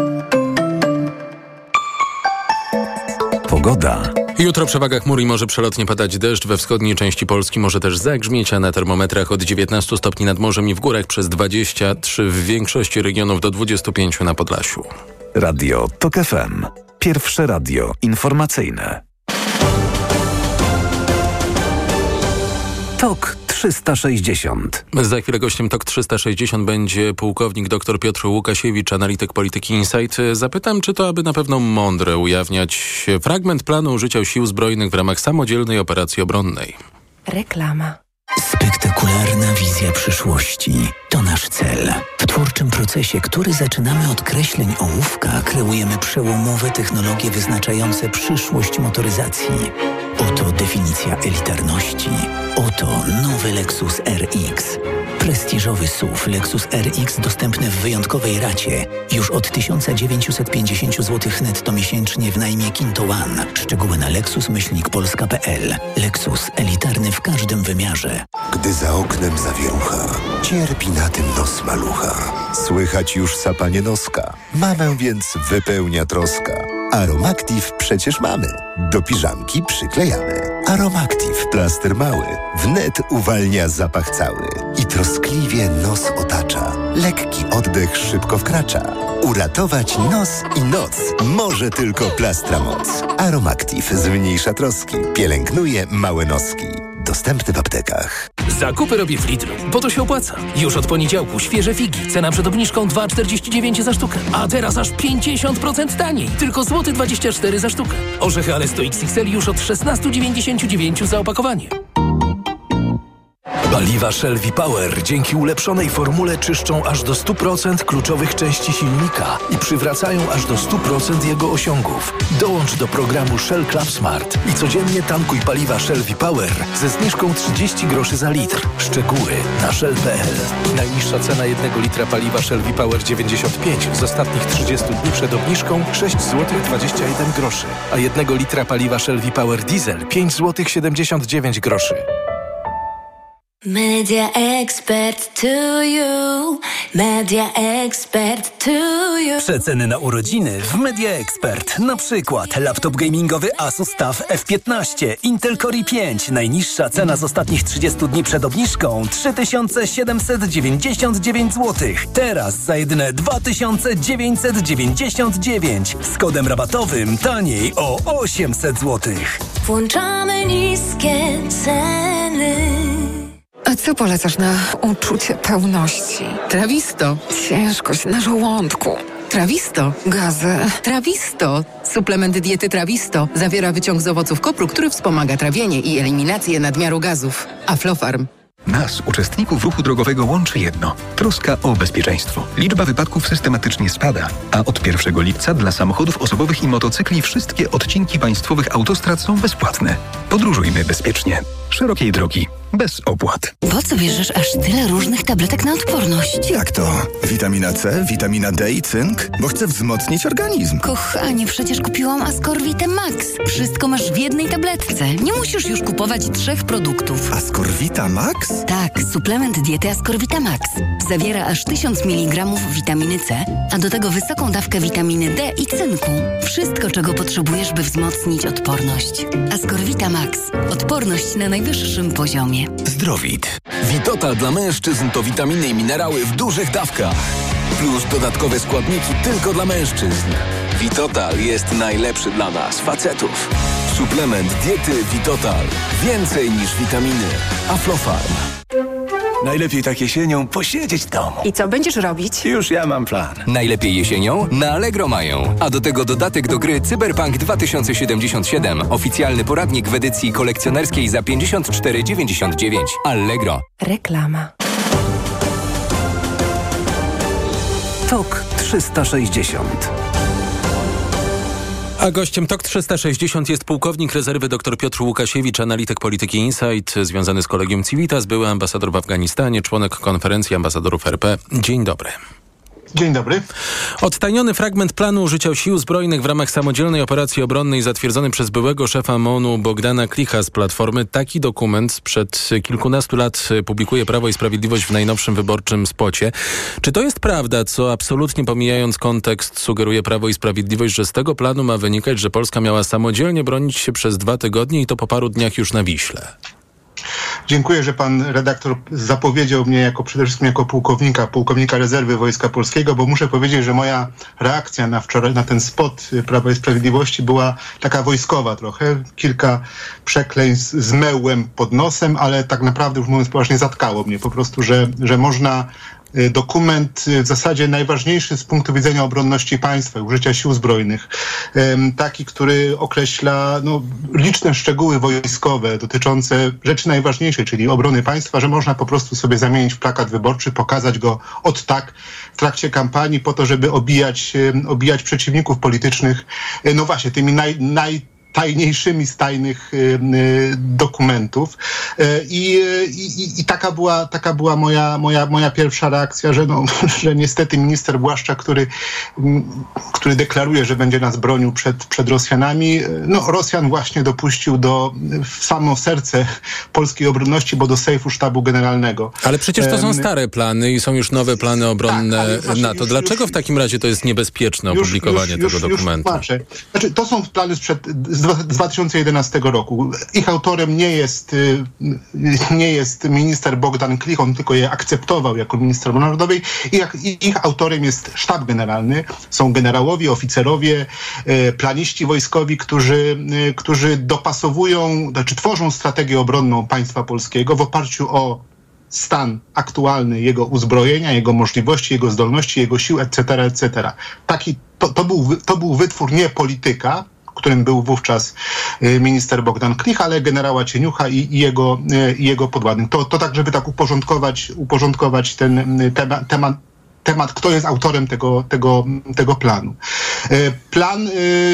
Pogoda. Jutro przewaga chmur i może przelotnie padać deszcz. We wschodniej części Polski może też zagrzmieć, a na termometrach od 19 stopni nad morzem i w górach przez 23, w większości regionów do 25 na Podlasiu. Radio TOK FM. Pierwsze radio informacyjne. TOK 360. Za chwilę gościem TOK 360 będzie pułkownik dr Piotr Łukasiewicz, analityk polityki Insight. Zapytam, czy to aby na pewno mądre ujawniać fragment planu użycia sił zbrojnych w ramach samodzielnej operacji obronnej. Reklama. Spektakularna wizja przyszłości to nasz cel. W twórczym procesie, który zaczynamy od kreśleń ołówka, kreujemy przełomowe technologie wyznaczające przyszłość motoryzacji. Oto definicja elitarności. Oto nowy Lexus RX. Prestiżowy SUV Lexus RX dostępny w wyjątkowej racie. Już od 1950 zł netto miesięcznie w najmie Kinto One. Szczegóły na lexus-polska.pl. Lexus elitarny w każdym wymiarze. Gdy za oknem zawierucha, cierpi na tym nos malucha. Słychać już sapanie noska. Mamę więc wypełnia troska. Aromactive przecież mamy. Do piżamki przyklejamy. Aromactive, plaster mały, wnet uwalnia zapach cały i troskliwie nos otacza. Lekki oddech szybko wkracza. Uratować nos i noc może tylko plastra moc. Aromactive zmniejsza troski, pielęgnuje małe noski. Dostępny w aptekach. Zakupy robię w Lidlu, bo to się opłaca. Już od poniedziałku świeże figi, cena przed obniżką 2,49 za sztukę. A teraz aż 50% taniej, tylko złoty 24 za sztukę. Orzechy Alesto XXL już od 16,99 za opakowanie. Paliwa Shell V-Power dzięki ulepszonej formule czyszczą aż do 100% kluczowych części silnika i przywracają aż do 100% jego osiągów. Dołącz do programu Shell Club Smart i codziennie tankuj paliwa Shell V-Power ze zniżką 30 groszy za litr. Szczegóły na shell.pl. Najniższa cena 1 litra paliwa Shell V-Power 95 z ostatnich 30 dni przed obniżką 6 zł 21 groszy, a 1 litra paliwa Shell V-Power Diesel 5 zł 79 groszy. Media Expert to you. Media Expert to you. Przeceny na urodziny w Media Expert. Na przykład laptop gamingowy Asus TUF F15, Intel Core i5. Najniższa cena z ostatnich 30 dni przed obniżką 3799 zł. Teraz za jedyne 2999. Z kodem rabatowym taniej o 800 zł. Włączamy niskie ceny. A co polecasz na uczucie pełności? Trawisto. Ciężkość na żołądku. Trawisto. Gazy. Trawisto. Suplement diety Trawisto zawiera wyciąg z owoców kopru, który wspomaga trawienie i eliminację nadmiaru gazów. Aflofarm. Nas, uczestników ruchu drogowego, łączy jedno – troska o bezpieczeństwo. Liczba wypadków systematycznie spada, a od 1 lipca dla samochodów osobowych i motocykli wszystkie odcinki państwowych autostrad są bezpłatne. Podróżujmy bezpiecznie. Szerokiej drogi. Bez opłat. Po co bierzesz aż tyle różnych tabletek na odporność? Jak to? Witamina C, witamina D i cynk? Bo chcę wzmocnić organizm. Kochanie, przecież kupiłam Ascorvitę Max. Wszystko masz w jednej tabletce. Nie musisz już kupować 3 produktów. Ascorvita Max? Tak, suplement diety Ascorvita Max. Zawiera aż 1000 mg witaminy C, a do tego wysoką dawkę witaminy D i cynku. Wszystko, czego potrzebujesz, by wzmocnić odporność. Ascorvita Max. Odporność na najwyższym poziomie. Zdrowit. Vitotal dla mężczyzn to witaminy i minerały w dużych dawkach. Plus dodatkowe składniki tylko dla mężczyzn. Vitotal jest najlepszy dla nas, facetów. Suplement diety Vitotal. Więcej niż witaminy. Aflofarm. Najlepiej tak jesienią posiedzieć w domu. I co będziesz robić? Już ja mam plan. Najlepiej jesienią? Na Allegro mają. A do tego dodatek do gry Cyberpunk 2077. Oficjalny poradnik w edycji kolekcjonerskiej za 54,99. Allegro. Reklama. TOK 360. A gościem TOK 360 jest pułkownik rezerwy dr Piotr Łukasiewicz, analityk polityki Insight, związany z Kolegium Civitas, były ambasador w Afganistanie, członek konferencji ambasadorów RP. Dzień dobry. Dzień dobry. Odtajniony fragment planu użycia sił zbrojnych w ramach samodzielnej operacji obronnej zatwierdzony przez byłego szefa MON-u Bogdana Klicha z Platformy. Taki dokument sprzed kilkunastu lat publikuje Prawo i Sprawiedliwość w najnowszym wyborczym spocie. Czy to jest prawda, co absolutnie pomijając kontekst sugeruje Prawo i Sprawiedliwość, że z tego planu ma wynikać, że Polska miała samodzielnie bronić się przez 2 tygodnie i to po paru dniach już na Wiśle? Dziękuję, że pan redaktor zapowiedział mnie przede wszystkim jako pułkownika rezerwy Wojska Polskiego, bo muszę powiedzieć, że moja reakcja na wczoraj, na ten spot Prawa i Sprawiedliwości była taka wojskowa trochę. Kilka przekleństw z mełem pod nosem, ale tak naprawdę, już mówiąc poważnie, zatkało mnie po prostu, że można dokument w zasadzie najważniejszy z punktu widzenia obronności państwa, użycia sił zbrojnych. Taki, który określa liczne szczegóły wojskowe dotyczące rzeczy najważniejszej, czyli obrony państwa, że można po prostu sobie zamienić w plakat wyborczy, pokazać go w trakcie kampanii po to, żeby obijać przeciwników politycznych, właśnie tymi najtajniejszymi z tajnych dokumentów. I taka była moja pierwsza reakcja, że niestety minister Błaszczak, który deklaruje, że będzie nas bronił przed Rosjanami, Rosjan właśnie dopuścił w samo serce polskiej obronności, bo do sejfu sztabu generalnego. Ale przecież to są stare plany i są już nowe plany obronne NATO. Dlaczego w takim razie to jest niebezpieczne opublikowanie tego dokumentu? Znaczy, to są plany z 2011 roku. Ich autorem nie jest minister Bogdan Klich, on tylko je akceptował jako minister obrony narodowej. Ich autorem jest sztab generalny. Są generałowie, oficerowie, planiści wojskowi, którzy dopasowują, tworzą strategię obronną państwa polskiego w oparciu o stan aktualny jego uzbrojenia, jego możliwości, jego zdolności, jego sił, etc., etc. To był wytwór nie polityka, którym był wówczas minister Bogdan Klich, ale generała Cieniucha i jego podwładnych. To tak, żeby tak uporządkować ten temat, kto jest autorem tego planu. Plan,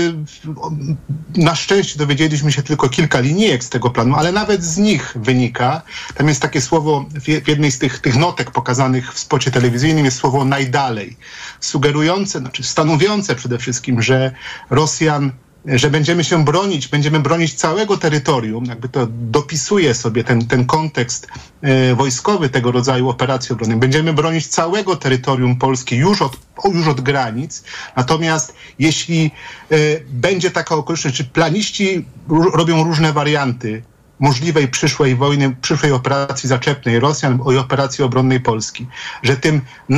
na szczęście dowiedzieliśmy się tylko kilka linijek z tego planu, ale nawet z nich wynika, tam jest takie słowo, w jednej z tych notek pokazanych w spocie telewizyjnym jest słowo najdalej, sugerujące, stanowiące przede wszystkim, że będziemy bronić całego terytorium, jakby to dopisuje sobie ten kontekst wojskowy tego rodzaju operacji obronnej. Będziemy bronić całego terytorium Polski już od granic, natomiast jeśli będzie taka okoliczność, czy planiści robią różne warianty możliwej przyszłej wojny, przyszłej operacji zaczepnej Rosjan i operacji obronnej Polski, że tym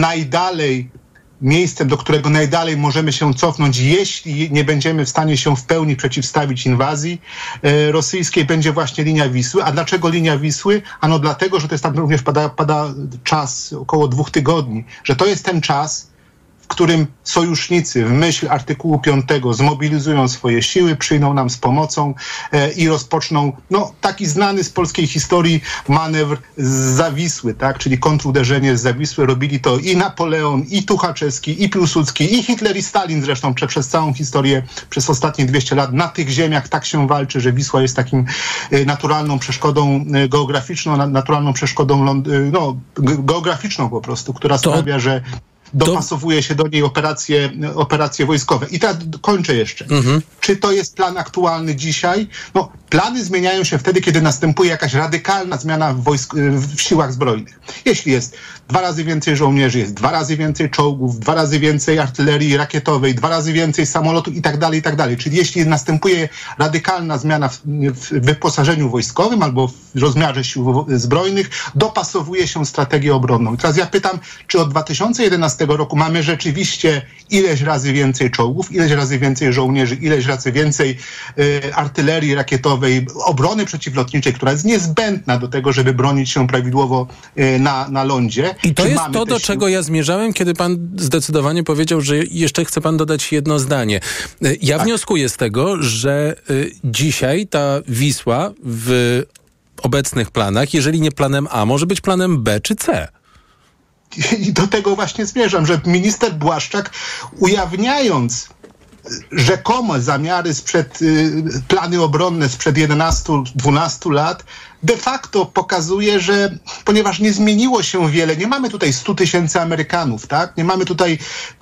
miejscem, do którego najdalej możemy się cofnąć, jeśli nie będziemy w stanie się w pełni przeciwstawić inwazji rosyjskiej, będzie właśnie linia Wisły. A dlaczego linia Wisły? Ano dlatego, że to jest tam również pada czas około 2 tygodni, że to jest ten czas, w którym sojusznicy w myśl artykułu 5 zmobilizują swoje siły, przyjdą nam z pomocą i rozpoczną taki znany z polskiej historii manewr z Zawisły, tak? Czyli kontruderzenie z Zawisły. Robili to i Napoleon, i Tuchaczewski, i Piłsudski, i Hitler, i Stalin zresztą przez całą historię, przez ostatnie 200 lat. Na tych ziemiach tak się walczy, że Wisła jest takim naturalną przeszkodą geograficzną, naturalną przeszkodą geograficzną po prostu, która sprawia, że dopasowuje się do niej operacje wojskowe. I teraz kończę jeszcze. Czy to jest plan aktualny dzisiaj? Plany zmieniają się wtedy, kiedy następuje jakaś radykalna zmiana w siłach zbrojnych. Jeśli jest 2 razy więcej żołnierzy, jest 2 razy więcej czołgów, 2 razy więcej artylerii rakietowej, 2 razy więcej samolotów i tak dalej, i tak dalej. Czyli jeśli następuje radykalna zmiana w wyposażeniu wojskowym albo w rozmiarze sił zbrojnych, dopasowuje się strategię obronną. I teraz ja pytam, czy od 2011 roku mamy rzeczywiście ileś razy więcej czołgów, ileś razy więcej żołnierzy, ileś razy więcej artylerii rakietowej, obrony przeciwlotniczej, która jest niezbędna do tego, żeby bronić się prawidłowo na lądzie. I to jest to, do czego ja zmierzałem, kiedy pan zdecydowanie powiedział, że jeszcze chce pan dodać jedno zdanie. Ja wnioskuję z tego, że dzisiaj ta Wisła w obecnych planach, jeżeli nie planem A, może być planem B czy C. I do tego właśnie zmierzam, że minister Błaszczak, ujawniając rzekome zamiary plany obronne sprzed 11-12 lat de facto pokazuje, że ponieważ nie zmieniło się wiele, nie mamy tutaj 100 000 Amerykanów, tak? Nie mamy tutaj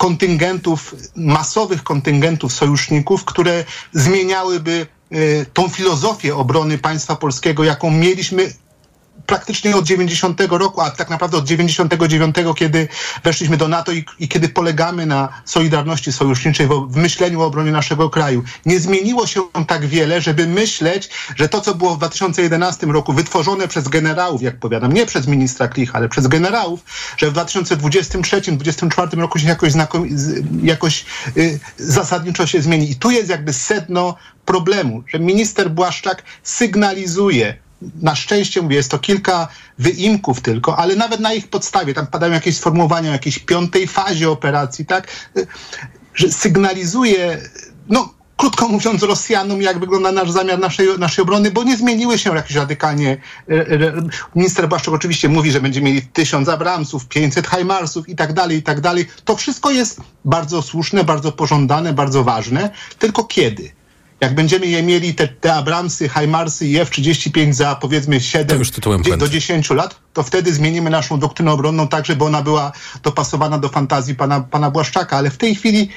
masowych kontyngentów sojuszników, które zmieniałyby tą filozofię obrony państwa polskiego, jaką mieliśmy praktycznie od 90 roku, a tak naprawdę od 99, kiedy weszliśmy do NATO i kiedy polegamy na solidarności sojuszniczej w myśleniu o obronie naszego kraju. Nie zmieniło się tak wiele, żeby myśleć, że to, co było w 2011 roku wytworzone przez generałów, jak powiadam, nie przez ministra Klicha, ale przez generałów, że w 2023-2024 roku się jakoś zasadniczo się zmieni. I tu jest jakby sedno problemu, że minister Błaszczak sygnalizuje, na szczęście, mówię, jest to kilka wyimków tylko, ale nawet na ich podstawie, tam padają jakieś sformułowania o jakiejś 5. fazie operacji, tak, że sygnalizuje, krótko mówiąc, Rosjanom, jak wygląda nasz zamiar naszej obrony, bo nie zmieniły się jakieś radykalnie. Minister Błaszczak oczywiście mówi, że będziemy mieli 1000 Abramsów, 500 HIMARS-ów i tak dalej. To wszystko jest bardzo słuszne, bardzo pożądane, bardzo ważne, tylko kiedy? Jak będziemy je mieli, te Abramsy, HIMARS-y i F-35 za powiedzmy 7 do 10 lat, to wtedy zmienimy naszą doktrynę obronną tak, żeby ona była dopasowana do fantazji pana Błaszczaka. Ale w tej chwili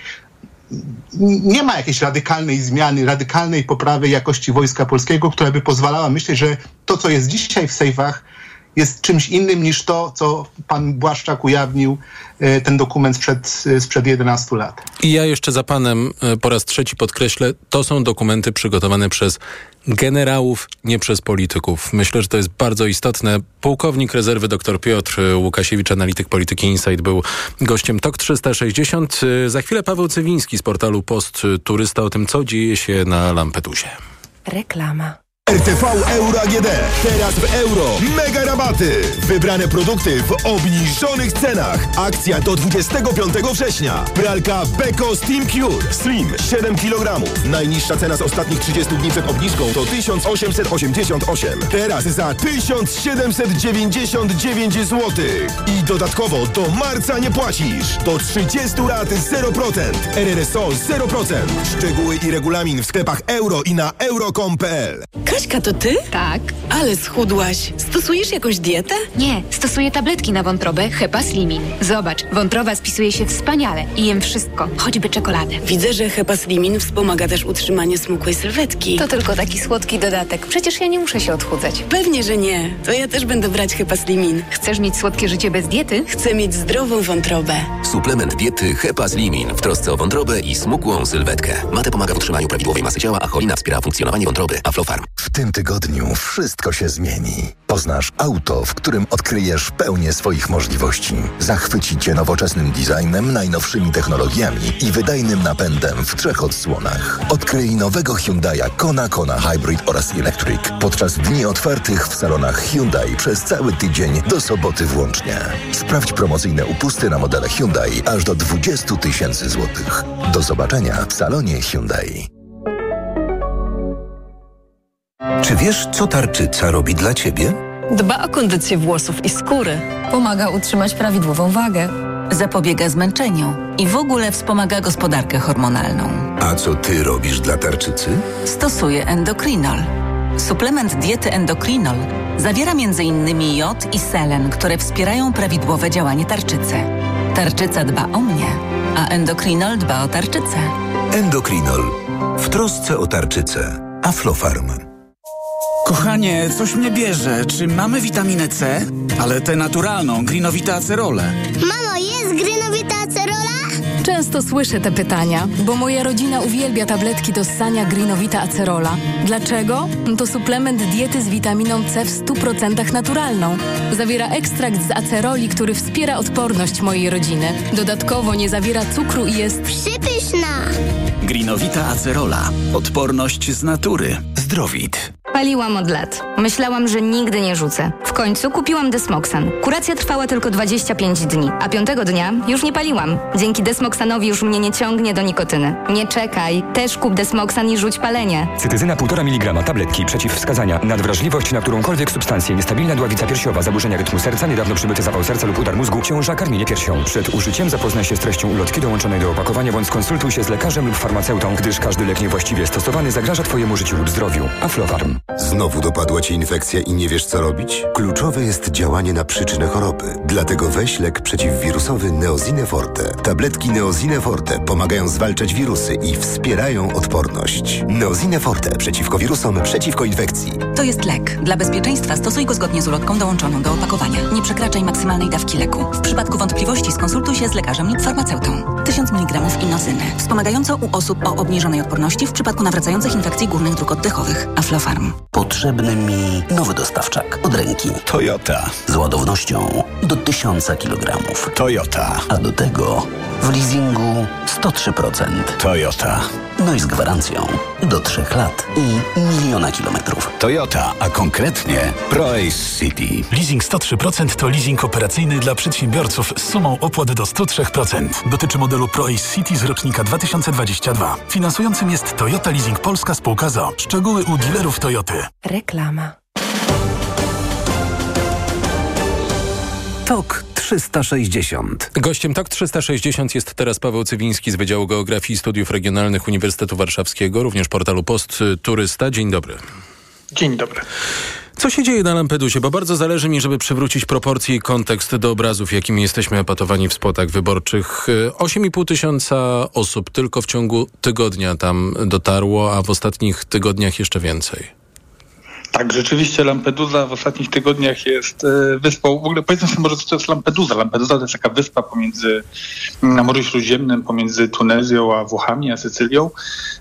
nie ma jakiejś radykalnej zmiany, radykalnej poprawy jakości Wojska Polskiego, która by pozwalała myśleć, że to, co jest dzisiaj w sejfach, jest czymś innym niż to, co pan Błaszczak ujawnił, ten dokument sprzed 11 lat. I ja jeszcze za panem po raz trzeci podkreślę, to są dokumenty przygotowane przez generałów, nie przez polityków. Myślę, że to jest bardzo istotne. Pułkownik rezerwy dr Piotr Łukasiewicz, analityk polityki Insight, był gościem TOK 360. Za chwilę Paweł Cywiński z portalu Post Turysta o tym, co dzieje się na Lampedusie. Reklama. RTV Euro AGD. Teraz w euro. Mega rabaty. Wybrane produkty w obniżonych cenach. Akcja do 25 września. Pralka Beko Steam Cure Slim 7 kg. Najniższa cena z ostatnich 30 dni przed obniżką to 1888. Teraz za 1799 zł. I dodatkowo do marca nie płacisz. Do 30 lat 0%. RRSO 0%. Szczegóły i regulamin w sklepach euro i na euro.com.pl. Kaśka, to ty? Tak. Ale schudłaś. Stosujesz jakąś dietę? Nie, stosuję tabletki na wątrobę Hepaslimin. Zobacz, wątroba spisuje się wspaniale i jem wszystko, choćby czekoladę. Widzę, że Hepaslimin wspomaga też utrzymanie smukłej sylwetki. To tylko taki słodki dodatek. Przecież ja nie muszę się odchudzać. Pewnie, że nie. To ja też będę brać Hepaslimin. Chcesz mieć słodkie życie bez diety? Chcę mieć zdrową wątrobę. Suplement diety Hepaslimin w trosce o wątrobę i smukłą sylwetkę. Mate pomaga w utrzymaniu prawidłowej masy ciała, a cholina wspiera funkcjonowanie wątroby. Aflofarm. W tym tygodniu wszystko się zmieni. Poznasz auto, w którym odkryjesz pełnię swoich możliwości. Zachwyci Cię nowoczesnym designem, najnowszymi technologiami i wydajnym napędem w 3 odsłonach. Odkryj nowego Hyundai'a Kona Hybrid oraz Electric podczas dni otwartych w salonach Hyundai przez cały tydzień do soboty włącznie. Sprawdź promocyjne upusty na modele Hyundai aż do 20 000 złotych. Do zobaczenia w salonie Hyundai. Czy wiesz, co tarczyca robi dla Ciebie? Dba o kondycję włosów i skóry. Pomaga utrzymać prawidłową wagę. Zapobiega zmęczeniu i w ogóle wspomaga gospodarkę hormonalną. A co Ty robisz dla tarczycy? Stosuję Endokrinol. Suplement diety Endokrinol zawiera m.in. jod i selen, które wspierają prawidłowe działanie tarczycy. Tarczyca dba o mnie, a Endokrinol dba o tarczycę. Endokrinol. W trosce o tarczycę. Aflofarm. Kochanie, coś mnie bierze. Czy mamy witaminę C? Ale tę naturalną, Greenovita Acerolę. Mamo, jest Greenovita Acerola? Często słyszę te pytania, bo moja rodzina uwielbia tabletki do ssania Greenovita Acerola. Dlaczego? To suplement diety z witaminą C w 100% naturalną. Zawiera ekstrakt z aceroli, który wspiera odporność mojej rodziny. Dodatkowo nie zawiera cukru i jest przypyszna. Greenovita Acerola. Odporność z natury. Zdrowit. Paliłam od lat. Myślałam, że nigdy nie rzucę. W końcu kupiłam Desmoxan. Kuracja trwała tylko 25 dni, a 5. dnia już nie paliłam. Dzięki Desmoxanowi już mnie nie ciągnie do nikotyny. Nie czekaj, też kup Desmoxan i rzuć palenie. Cytyzyna 1,5 mg tabletki przeciwwskazania. Nadwrażliwość na którąkolwiek substancję, niestabilna dławica piersiowa, zaburzenia rytmu serca, niedawno przybyty zawał serca lub udar mózgu, ciąża, karmienie piersią. Przed użyciem zapoznaj się z treścią ulotki dołączonej do opakowania bądź skonsultuj się z lekarzem lub farmaceutą, gdyż każdy lek niewłaściwie stosowany zagraża Twojemu życiu lub zdrowiu. Aflofarm. Znowu dopadła Cię infekcja i nie wiesz, co robić? Kluczowe jest działanie na przyczynę choroby. Dlatego weź lek przeciwwirusowy Neosine Forte. Tabletki Neosine Forte pomagają zwalczać wirusy i wspierają odporność. Neosine Forte przeciwko wirusom, przeciwko infekcji. To jest lek. Dla bezpieczeństwa stosuj go zgodnie z ulotką dołączoną do opakowania. Nie przekraczaj maksymalnej dawki leku. W przypadku wątpliwości skonsultuj się z lekarzem lub farmaceutą. 1000 mg inozyny. Wspomagająco u osób o obniżonej odporności w przypadku nawracających infekcji górnych dróg oddechowych. Aflofarm. Potrzebny mi nowy dostawczak od ręki. Toyota. Z ładownością do 1000 kg. Toyota. A do tego w leasingu 103%. Toyota. No i z gwarancją do 3 lat i 1 000 000 kilometrów. Toyota, a konkretnie ProAce City. Leasing 103% to leasing operacyjny dla przedsiębiorców z sumą opłat do 103%. Dotyczy modelu ProAce City z rocznika 2022. Finansującym jest Toyota Leasing Polska Spółka z o.o. Szczegóły u dealerów Toyoty. Reklama. TOK 360. Gościem TOK 360 jest teraz Paweł Cywiński z Wydziału Geografii i Studiów Regionalnych Uniwersytetu Warszawskiego, również portalu Post Turysta. Dzień dobry. Dzień dobry. Co się dzieje na Lampedusie? Bo bardzo zależy mi, żeby przywrócić proporcje i kontekst do obrazów, jakimi jesteśmy epatowani w spotach wyborczych. 8,5 tysiąca osób tylko w ciągu tygodnia tam dotarło, a w ostatnich tygodniach jeszcze więcej. Tak, rzeczywiście Lampedusa w ostatnich tygodniach jest wyspą. W ogóle powiedzmy sobie może, co to jest Lampedusa. Lampedusa to jest taka wyspa na Morzu Śródziemnym, pomiędzy Tunezją a Włochami, a Sycylią.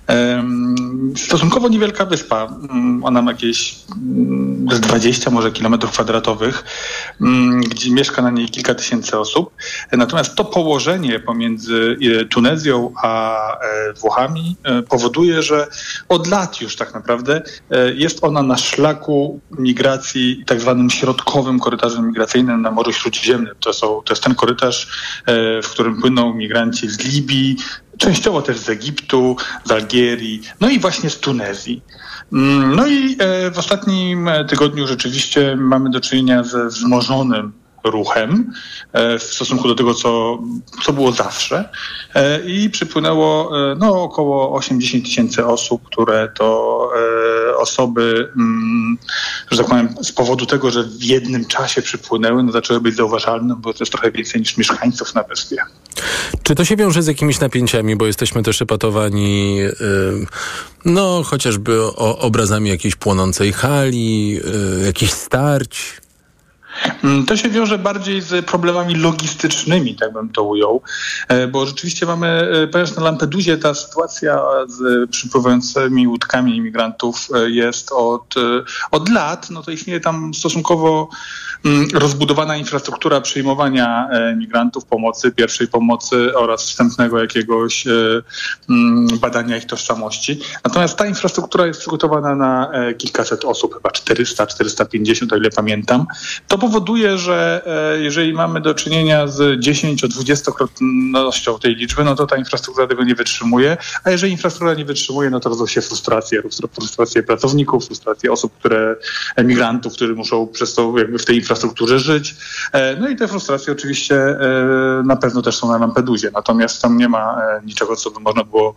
Stosunkowo niewielka wyspa. Ona ma jakieś z 20 może kilometrów kwadratowych, gdzie mieszka na niej kilka tysięcy osób. Natomiast to położenie pomiędzy Tunezją a Włochami powoduje, że od lat już tak naprawdę jest ona na szlaku migracji, tak zwanym środkowym korytarzem migracyjnym na Morzu Śródziemnym. To jest ten korytarz, w którym płyną migranci z Libii, częściowo też z Egiptu, z Algierii, no i właśnie z Tunezji. No i w ostatnim tygodniu rzeczywiście mamy do czynienia ze wzmożonym ruchem w stosunku do tego, co było zawsze. I przypłynęło około 80 tysięcy osób, które to osoby, że tak powiem, z powodu tego, że w jednym czasie przypłynęły, zaczęły być zauważalne, bo to jest trochę więcej niż mieszkańców na wyspie. Czy to się wiąże z jakimiś napięciami, bo jesteśmy też epatowani chociażby obrazami jakiejś płonącej hali, jakichś starć? To się wiąże bardziej z problemami logistycznymi, tak bym to ujął, bo rzeczywiście mamy, ponieważ na Lampedusie ta sytuacja z przypływającymi łódkami imigrantów jest od lat, to istnieje tam stosunkowo rozbudowana infrastruktura przyjmowania migrantów, pierwszej pomocy oraz wstępnego jakiegoś badania ich tożsamości. Natomiast ta infrastruktura jest przygotowana na kilkaset osób, chyba 400, 450, o ile pamiętam. To powoduje, że jeżeli mamy do czynienia z 10-20-krotnością tej liczby, to ta infrastruktura tego nie wytrzymuje, a jeżeli infrastruktura nie wytrzymuje, to rodzą się frustracje pracowników, frustracje osób, emigrantów, którzy muszą przez to jakby w tej infrastrukturze żyć. No i te frustracje oczywiście na pewno też są na Lampedusie, natomiast tam nie ma niczego, co by można było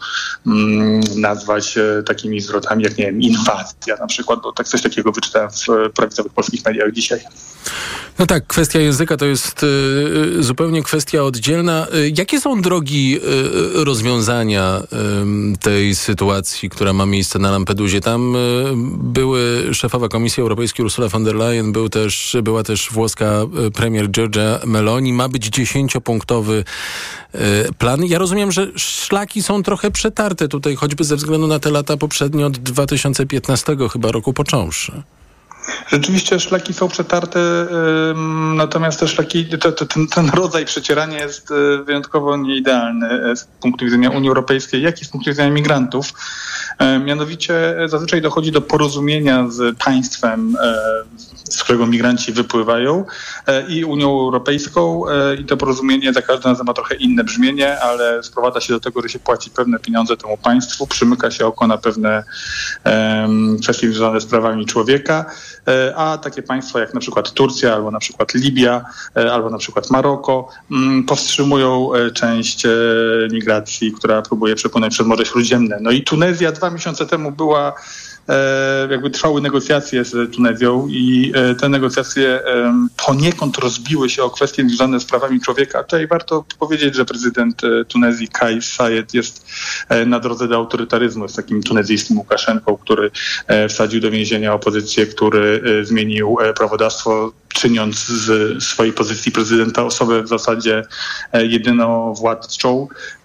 nazwać takimi zwrotami, jak inwazja na przykład, bo coś takiego wyczytałem w prawicowych polskich mediach dzisiaj. No tak, kwestia języka to jest zupełnie kwestia oddzielna. Jakie są drogi rozwiązania tej sytuacji, która ma miejsce na Lampedusie? Tam były szefowa Komisji Europejskiej Ursula von der Leyen, była też włoska premier Giorgia Meloni. Ma być 10-punktowy plan. Ja rozumiem, że szlaki są trochę przetarte tutaj, choćby ze względu na te lata poprzednie od 2015 chyba roku począwszy. Rzeczywiście szlaki są przetarte, natomiast te szlaki, ten rodzaj przecierania jest wyjątkowo nieidealny z punktu widzenia Unii Europejskiej, jak i z punktu widzenia migrantów. Mianowicie zazwyczaj dochodzi do porozumienia z państwem, z którego migranci wypływają, i Unią Europejską, i to porozumienie za każdym razem ma trochę inne brzmienie, ale sprowadza się do tego, że się płaci pewne pieniądze temu państwu, przymyka się oko na pewne kwestie związane z prawami człowieka, a takie państwa jak na przykład Turcja, albo na przykład Libia, albo na przykład Maroko powstrzymują część migracji, która próbuje przepłynąć przez Morze Śródziemne. No i Tunezja 2 miesiące temu trwały negocjacje z Tunezją i te negocjacje poniekąd rozbiły się o kwestie związane z prawami człowieka. Tutaj warto powiedzieć, że prezydent Tunezji Kais Saied jest na drodze do autorytaryzmu, jest takim tunezyjskim Łukaszenką, który wsadził do więzienia opozycję, który zmienił prawodawstwo, czyniąc z swojej pozycji prezydenta osobę w zasadzie jedyną władczą.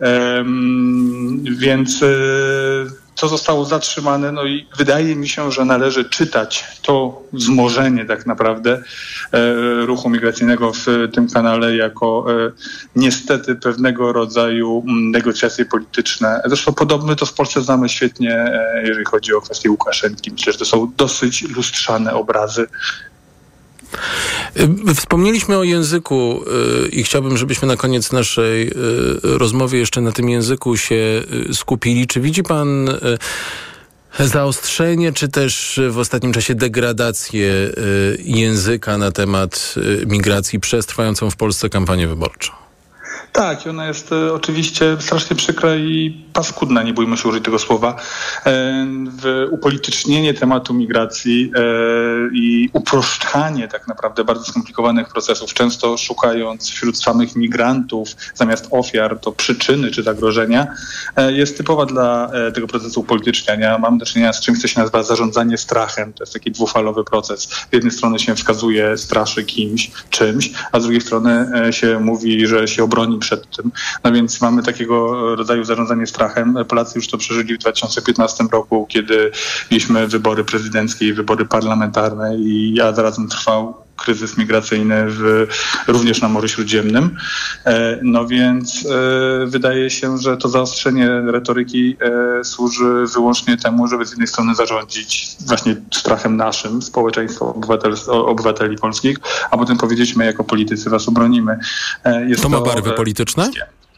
Więc to zostało zatrzymane, no i wydaje mi się, że należy czytać to wzmożenie tak naprawdę ruchu migracyjnego w tym kanale jako niestety pewnego rodzaju negocjacje polityczne. Zresztą podobny to w Polsce znamy świetnie, jeżeli chodzi o kwestię Łukaszenki. Myślę, że to są dosyć lustrzane obrazy. Wspomnieliśmy o języku i chciałbym, żebyśmy na koniec naszej rozmowy jeszcze na tym języku się skupili. Czy widzi pan zaostrzenie, czy też w ostatnim czasie degradację języka na temat migracji przez trwającą w Polsce kampanię wyborczą? Tak, i ona jest oczywiście strasznie przykra i paskudna, nie bójmy się użyć tego słowa. Upolitycznienie tematu migracji i uproszczanie tak naprawdę bardzo skomplikowanych procesów, często szukając wśród samych migrantów zamiast ofiar to przyczyny czy zagrożenia, jest typowa dla tego procesu upolityczniania. Mamy do czynienia z czymś, co się nazywa zarządzanie strachem. To jest taki dwufalowy proces. Z jednej strony się wskazuje, straszy kimś, czymś, a z drugiej strony się mówi, że się obroni przed tym. No więc mamy takiego rodzaju zarządzanie strachem. Polacy już to przeżyli w 2015 roku, kiedy mieliśmy wybory prezydenckie i wybory parlamentarne i zarazem trwał kryzys migracyjny również na Morzu Śródziemnym. No więc wydaje się, że to zaostrzenie retoryki służy wyłącznie temu, żeby z jednej strony zarządzić właśnie strachem naszym, społeczeństwa, obywateli polskich, a potem powiedzieć, my jako politycy was obronimy. To ma barwy polityczne?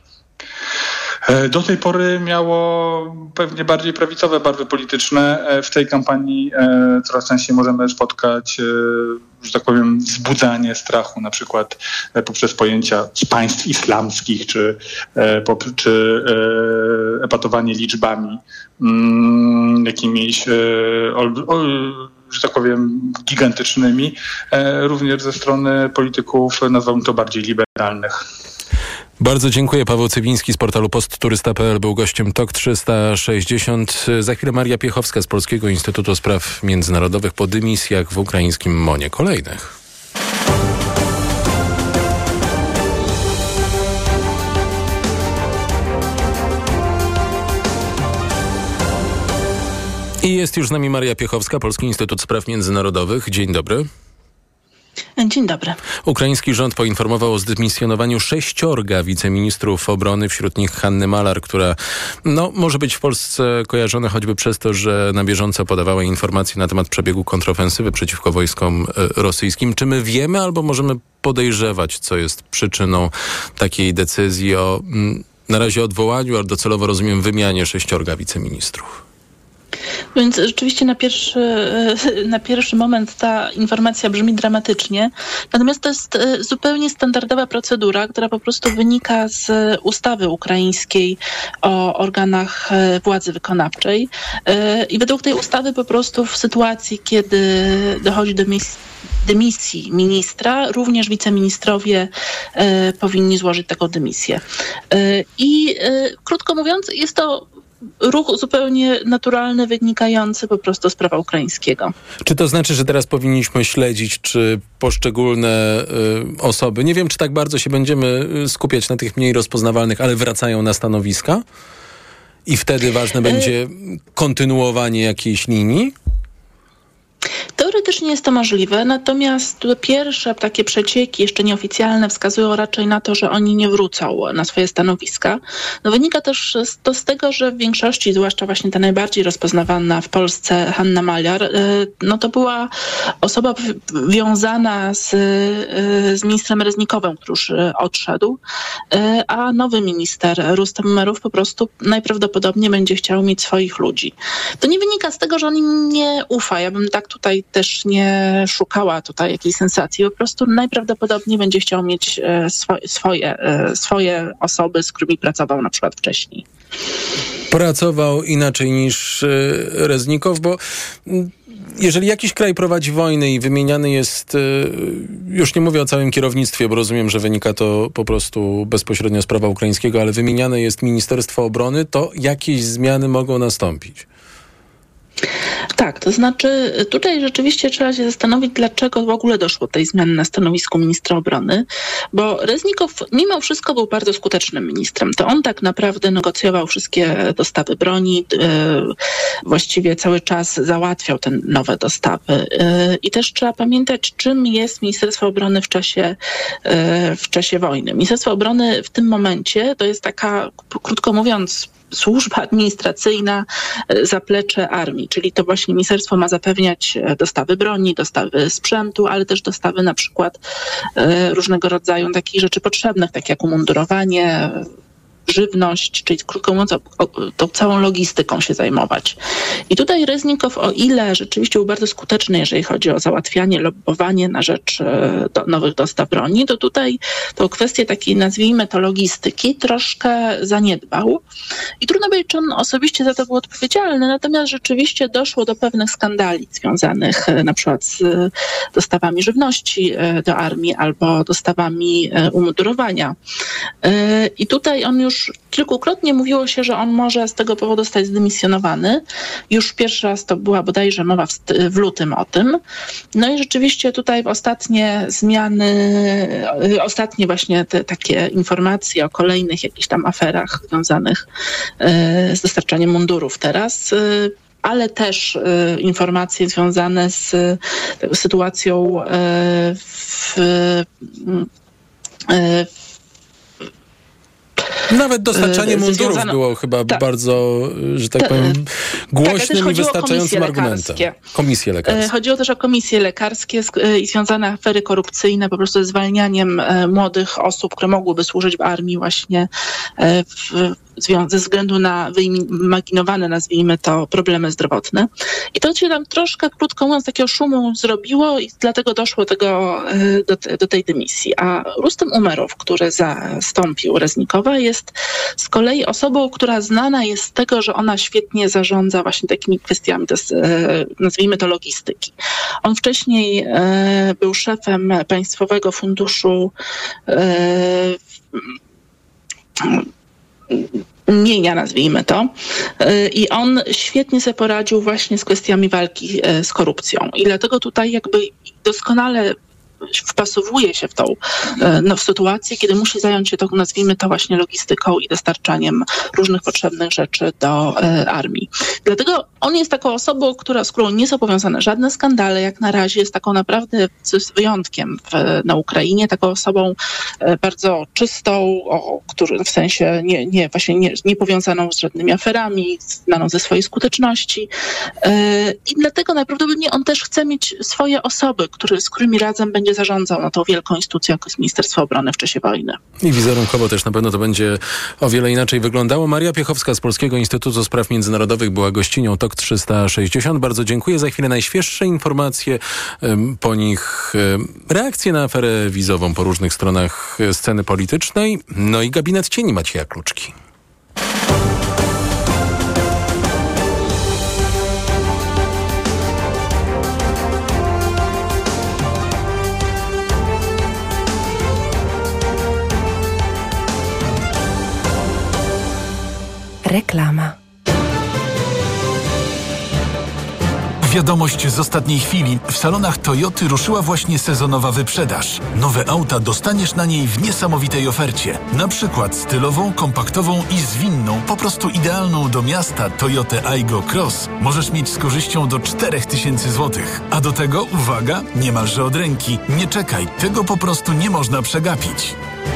Do tej pory miało pewnie bardziej prawicowe barwy polityczne. W tej kampanii coraz częściej możemy spotkać, że tak powiem, wzbudzanie strachu, na przykład poprzez pojęcia z państw islamskich, czy epatowanie liczbami jakimiś, że tak powiem, gigantycznymi, również ze strony polityków, nazwałbym to bardziej liberalnych. Bardzo dziękuję. Paweł Cywiński z portalu postturysta.pl był gościem TOK 360. Za chwilę Maria Piechowska z Polskiego Instytutu Spraw Międzynarodowych po dymisjach w ukraińskim MON-ie. Kolejnych. I jest już z nami Maria Piechowska, Polski Instytut Spraw Międzynarodowych. Dzień dobry. Dzień dobry. Ukraiński rząd poinformował o zdymisjonowaniu 6 wiceministrów obrony, wśród nich Hanny Malar, która może być w Polsce kojarzona choćby przez to, że na bieżąco podawała informacje na temat przebiegu kontrofensywy przeciwko wojskom rosyjskim. Czy my wiemy albo możemy podejrzewać, co jest przyczyną takiej decyzji o na razie odwołaniu, ale docelowo rozumiem wymianie 6 wiceministrów? Więc rzeczywiście na pierwszy moment ta informacja brzmi dramatycznie. Natomiast to jest zupełnie standardowa procedura, która po prostu wynika z ustawy ukraińskiej o organach władzy wykonawczej. I według tej ustawy po prostu w sytuacji, kiedy dochodzi do dymisji ministra, również wiceministrowie powinni złożyć taką dymisję. I krótko mówiąc, jest to ruch zupełnie naturalny, wynikający po prostu z prawa ukraińskiego. Czy to znaczy, że teraz powinniśmy śledzić, czy poszczególne osoby, nie wiem, czy tak bardzo się będziemy skupiać na tych mniej rozpoznawalnych, ale wracają na stanowiska? I wtedy ważne będzie kontynuowanie jakiejś linii? Teoretycznie jest to możliwe, natomiast pierwsze takie przecieki, jeszcze nieoficjalne, wskazują raczej na to, że oni nie wrócą na swoje stanowiska. No wynika też to z tego, że w większości, zwłaszcza właśnie ta najbardziej rozpoznawana w Polsce Hanna Maliar, no to była osoba wiązana z ministrem Reznikowem, który już odszedł, a nowy minister Rustem Umerow po prostu najprawdopodobniej będzie chciał mieć swoich ludzi. To nie wynika z tego, że on im nie ufa. Ja bym tak tutaj też nie szukała tutaj jakiejś sensacji. Po prostu najprawdopodobniej będzie chciał mieć swoje osoby, z którymi pracował na przykład wcześniej. Pracował inaczej niż Reznikow, bo jeżeli jakiś kraj prowadzi wojnę i wymieniany jest, już nie mówię o całym kierownictwie, bo rozumiem, że wynika to po prostu bezpośrednio z prawa ukraińskiego, ale wymieniane jest Ministerstwo Obrony, to jakieś zmiany mogą nastąpić. Tak, to znaczy tutaj rzeczywiście trzeba się zastanowić, dlaczego w ogóle doszło do tej zmiany na stanowisku ministra obrony, bo Reznikow mimo wszystko był bardzo skutecznym ministrem. To on tak naprawdę negocjował wszystkie dostawy broni, właściwie cały czas załatwiał te nowe dostawy. I też trzeba pamiętać, czym jest Ministerstwo Obrony w czasie wojny. Ministerstwo Obrony w tym momencie to jest taka, krótko mówiąc, służba administracyjna, zaplecze armii, czyli to właśnie ministerstwo ma zapewniać dostawy broni, dostawy sprzętu, ale też dostawy na przykład różnego rodzaju takich rzeczy potrzebnych, tak jak umundurowanie, żywność, czyli krótko mówiąc tą całą logistyką się zajmować. I tutaj Reznikow, o ile rzeczywiście był bardzo skuteczny, jeżeli chodzi o załatwianie, lobbowanie na rzecz nowych dostaw broni, to tutaj tą kwestię takiej, nazwijmy to, logistyki troszkę zaniedbał. I trudno powiedzieć, czy on osobiście za to był odpowiedzialny, natomiast rzeczywiście doszło do pewnych skandali związanych na przykład z dostawami żywności do armii albo dostawami umundurowania. I tutaj on już kilkukrotnie mówiło się, że on może z tego powodu zostać zdymisjonowany. Już pierwszy raz to była bodajże mowa w lutym o tym. No i rzeczywiście tutaj w ostatnie zmiany, ostatnie właśnie te takie informacje o kolejnych jakichś tam aferach związanych z dostarczaniem mundurów teraz, ale też informacje związane z sytuacją Nawet dostarczanie mundurów było chyba bardzo, że tak powiem, głośnym i wystarczającym argumentem. Komisje lekarskie. Chodziło też o komisje lekarskie i związane afery korupcyjne, po prostu zwalnianiem młodych osób, które mogłyby służyć w armii właśnie ze względu na wyimaginowane, nazwijmy to, problemy zdrowotne. I to się tam troszkę, krótko mówiąc, takiego szumu zrobiło i dlatego doszło do tej dymisji. A Rustem Umerow, który zastąpił Reznikowa, jest z kolei osobą, która znana jest z tego, że ona świetnie zarządza właśnie takimi kwestiami, nazwijmy to, logistyki. On wcześniej był szefem Państwowego Funduszu Mienia, nazwijmy to. I on świetnie sobie poradził właśnie z kwestiami walki z korupcją. I dlatego tutaj jakby doskonale wpasowuje się w tą w sytuację, kiedy musi zająć się tą, nazwijmy to, właśnie logistyką i dostarczaniem różnych potrzebnych rzeczy do armii. Dlatego on jest taką osobą, z którą nie są powiązane żadne skandale, jak na razie jest taką naprawdę z wyjątkiem na Ukrainie, taką osobą bardzo czystą, w sensie nie powiązaną z żadnymi aferami, znaną ze swojej skuteczności. I dlatego najprawdopodobniej on też chce mieć swoje osoby, z którymi razem będzie zarządzał na tą wielką instytucję, jak jest Ministerstwo Obrony w czasie wojny. I wizerunkowo też na pewno to będzie o wiele inaczej wyglądało. Maria Piechowska z Polskiego Instytutu Spraw Międzynarodowych była gościnią TOK 360. Bardzo dziękuję. Za chwilę najświeższe informacje, po nich reakcje na aferę wizową po różnych stronach sceny politycznej. No i gabinet cieni Macieja Kluczki. Reklama. Wiadomość z ostatniej chwili. W salonach Toyoty ruszyła właśnie sezonowa wyprzedaż. Nowe auta dostaniesz na niej w niesamowitej ofercie. Na przykład stylową, kompaktową i zwinną, po prostu idealną do miasta Toyotę Aygo Cross możesz mieć z korzyścią do 4000 zł. A do tego, uwaga, niemalże od ręki. Nie czekaj, tego po prostu nie można przegapić.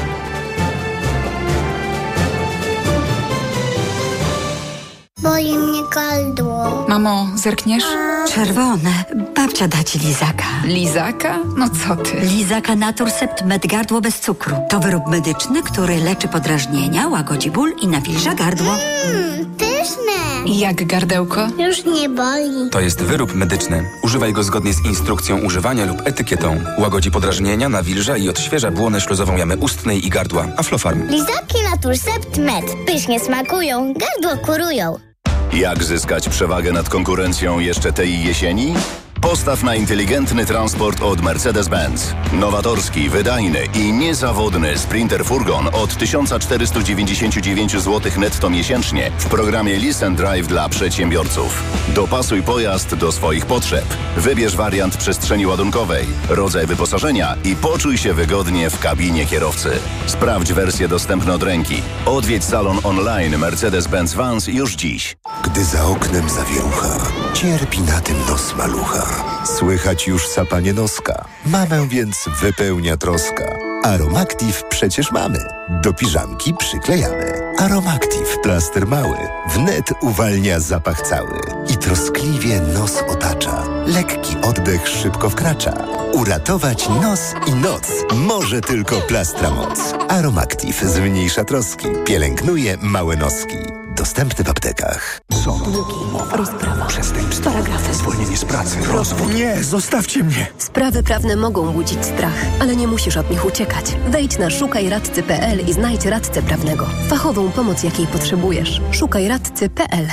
Boli mnie gardło. Mamo, zerkniesz? Czerwone. Babcia da ci lizaka. Lizaka? No co ty? Lizaka Naturcept Med Gardło bez cukru. To wyrób medyczny, który leczy podrażnienia, łagodzi ból i nawilża gardło. Pyszne. I jak gardełko? Już nie boli. To jest wyrób medyczny. Używaj go zgodnie z instrukcją używania lub etykietą. Łagodzi podrażnienia, nawilża i odświeża błonę śluzową jamy ustnej i gardła. Aflofarm. Lizaki Naturcept Med. Pysznie smakują, gardło kurują. Jak zyskać przewagę nad konkurencją jeszcze tej jesieni? Postaw na inteligentny transport od Mercedes-Benz. Nowatorski, wydajny i niezawodny Sprinter Furgon od 1499 zł netto miesięcznie w programie Lease & Drive dla przedsiębiorców. Dopasuj pojazd do swoich potrzeb. Wybierz wariant przestrzeni ładunkowej, rodzaj wyposażenia i poczuj się wygodnie w kabinie kierowcy. Sprawdź wersję dostępną od ręki. Odwiedź salon online Mercedes-Benz Vans już dziś. Gdy za oknem zawierucha, cierpi na tym nos malucha. Słychać już sapanie noska. Mamę więc wypełnia troska. Aromactive przecież mamy. Do piżamki przyklejamy. Aromactive, plaster mały. Wnet uwalnia zapach cały. I troskliwie nos otacza. Lekki oddech szybko wkracza. Uratować nos i noc może tylko plastra moc. Aromactive zmniejsza troski. Pielęgnuje małe noski. Dostępny w aptekach. Sąd, umowa, rozprawa, przestępstwo, paragrafy, zwolnienie z pracy, rozwód. Nie, zostawcie mnie! Sprawy prawne mogą budzić strach, ale nie musisz od nich uciekać. Wejdź na szukajradcy.pl i znajdź radcę prawnego. Fachową pomoc, jakiej potrzebujesz. Szukajradcy.pl.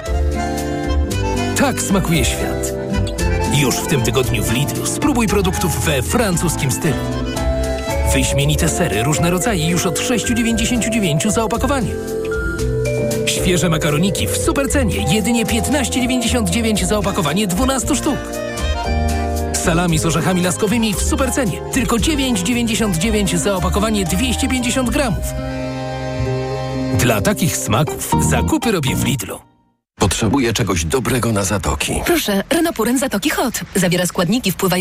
Tak smakuje świat. Już w tym tygodniu w Lidlu spróbuj produktów we francuskim stylu. Wyśmienite sery, różne rodzaje już od 6,99 za opakowanie. Świeże makaroniki w supercenie, jedynie 15,99 za opakowanie 12 sztuk. Salami z orzechami laskowymi w supercenie, tylko 9,99 za opakowanie 250 gramów. Dla takich smaków zakupy robię w Lidlu. Potrzebuję czegoś dobrego na zatoki. Proszę, Renopuren Zatoki Hot. Zawiera składniki wpływające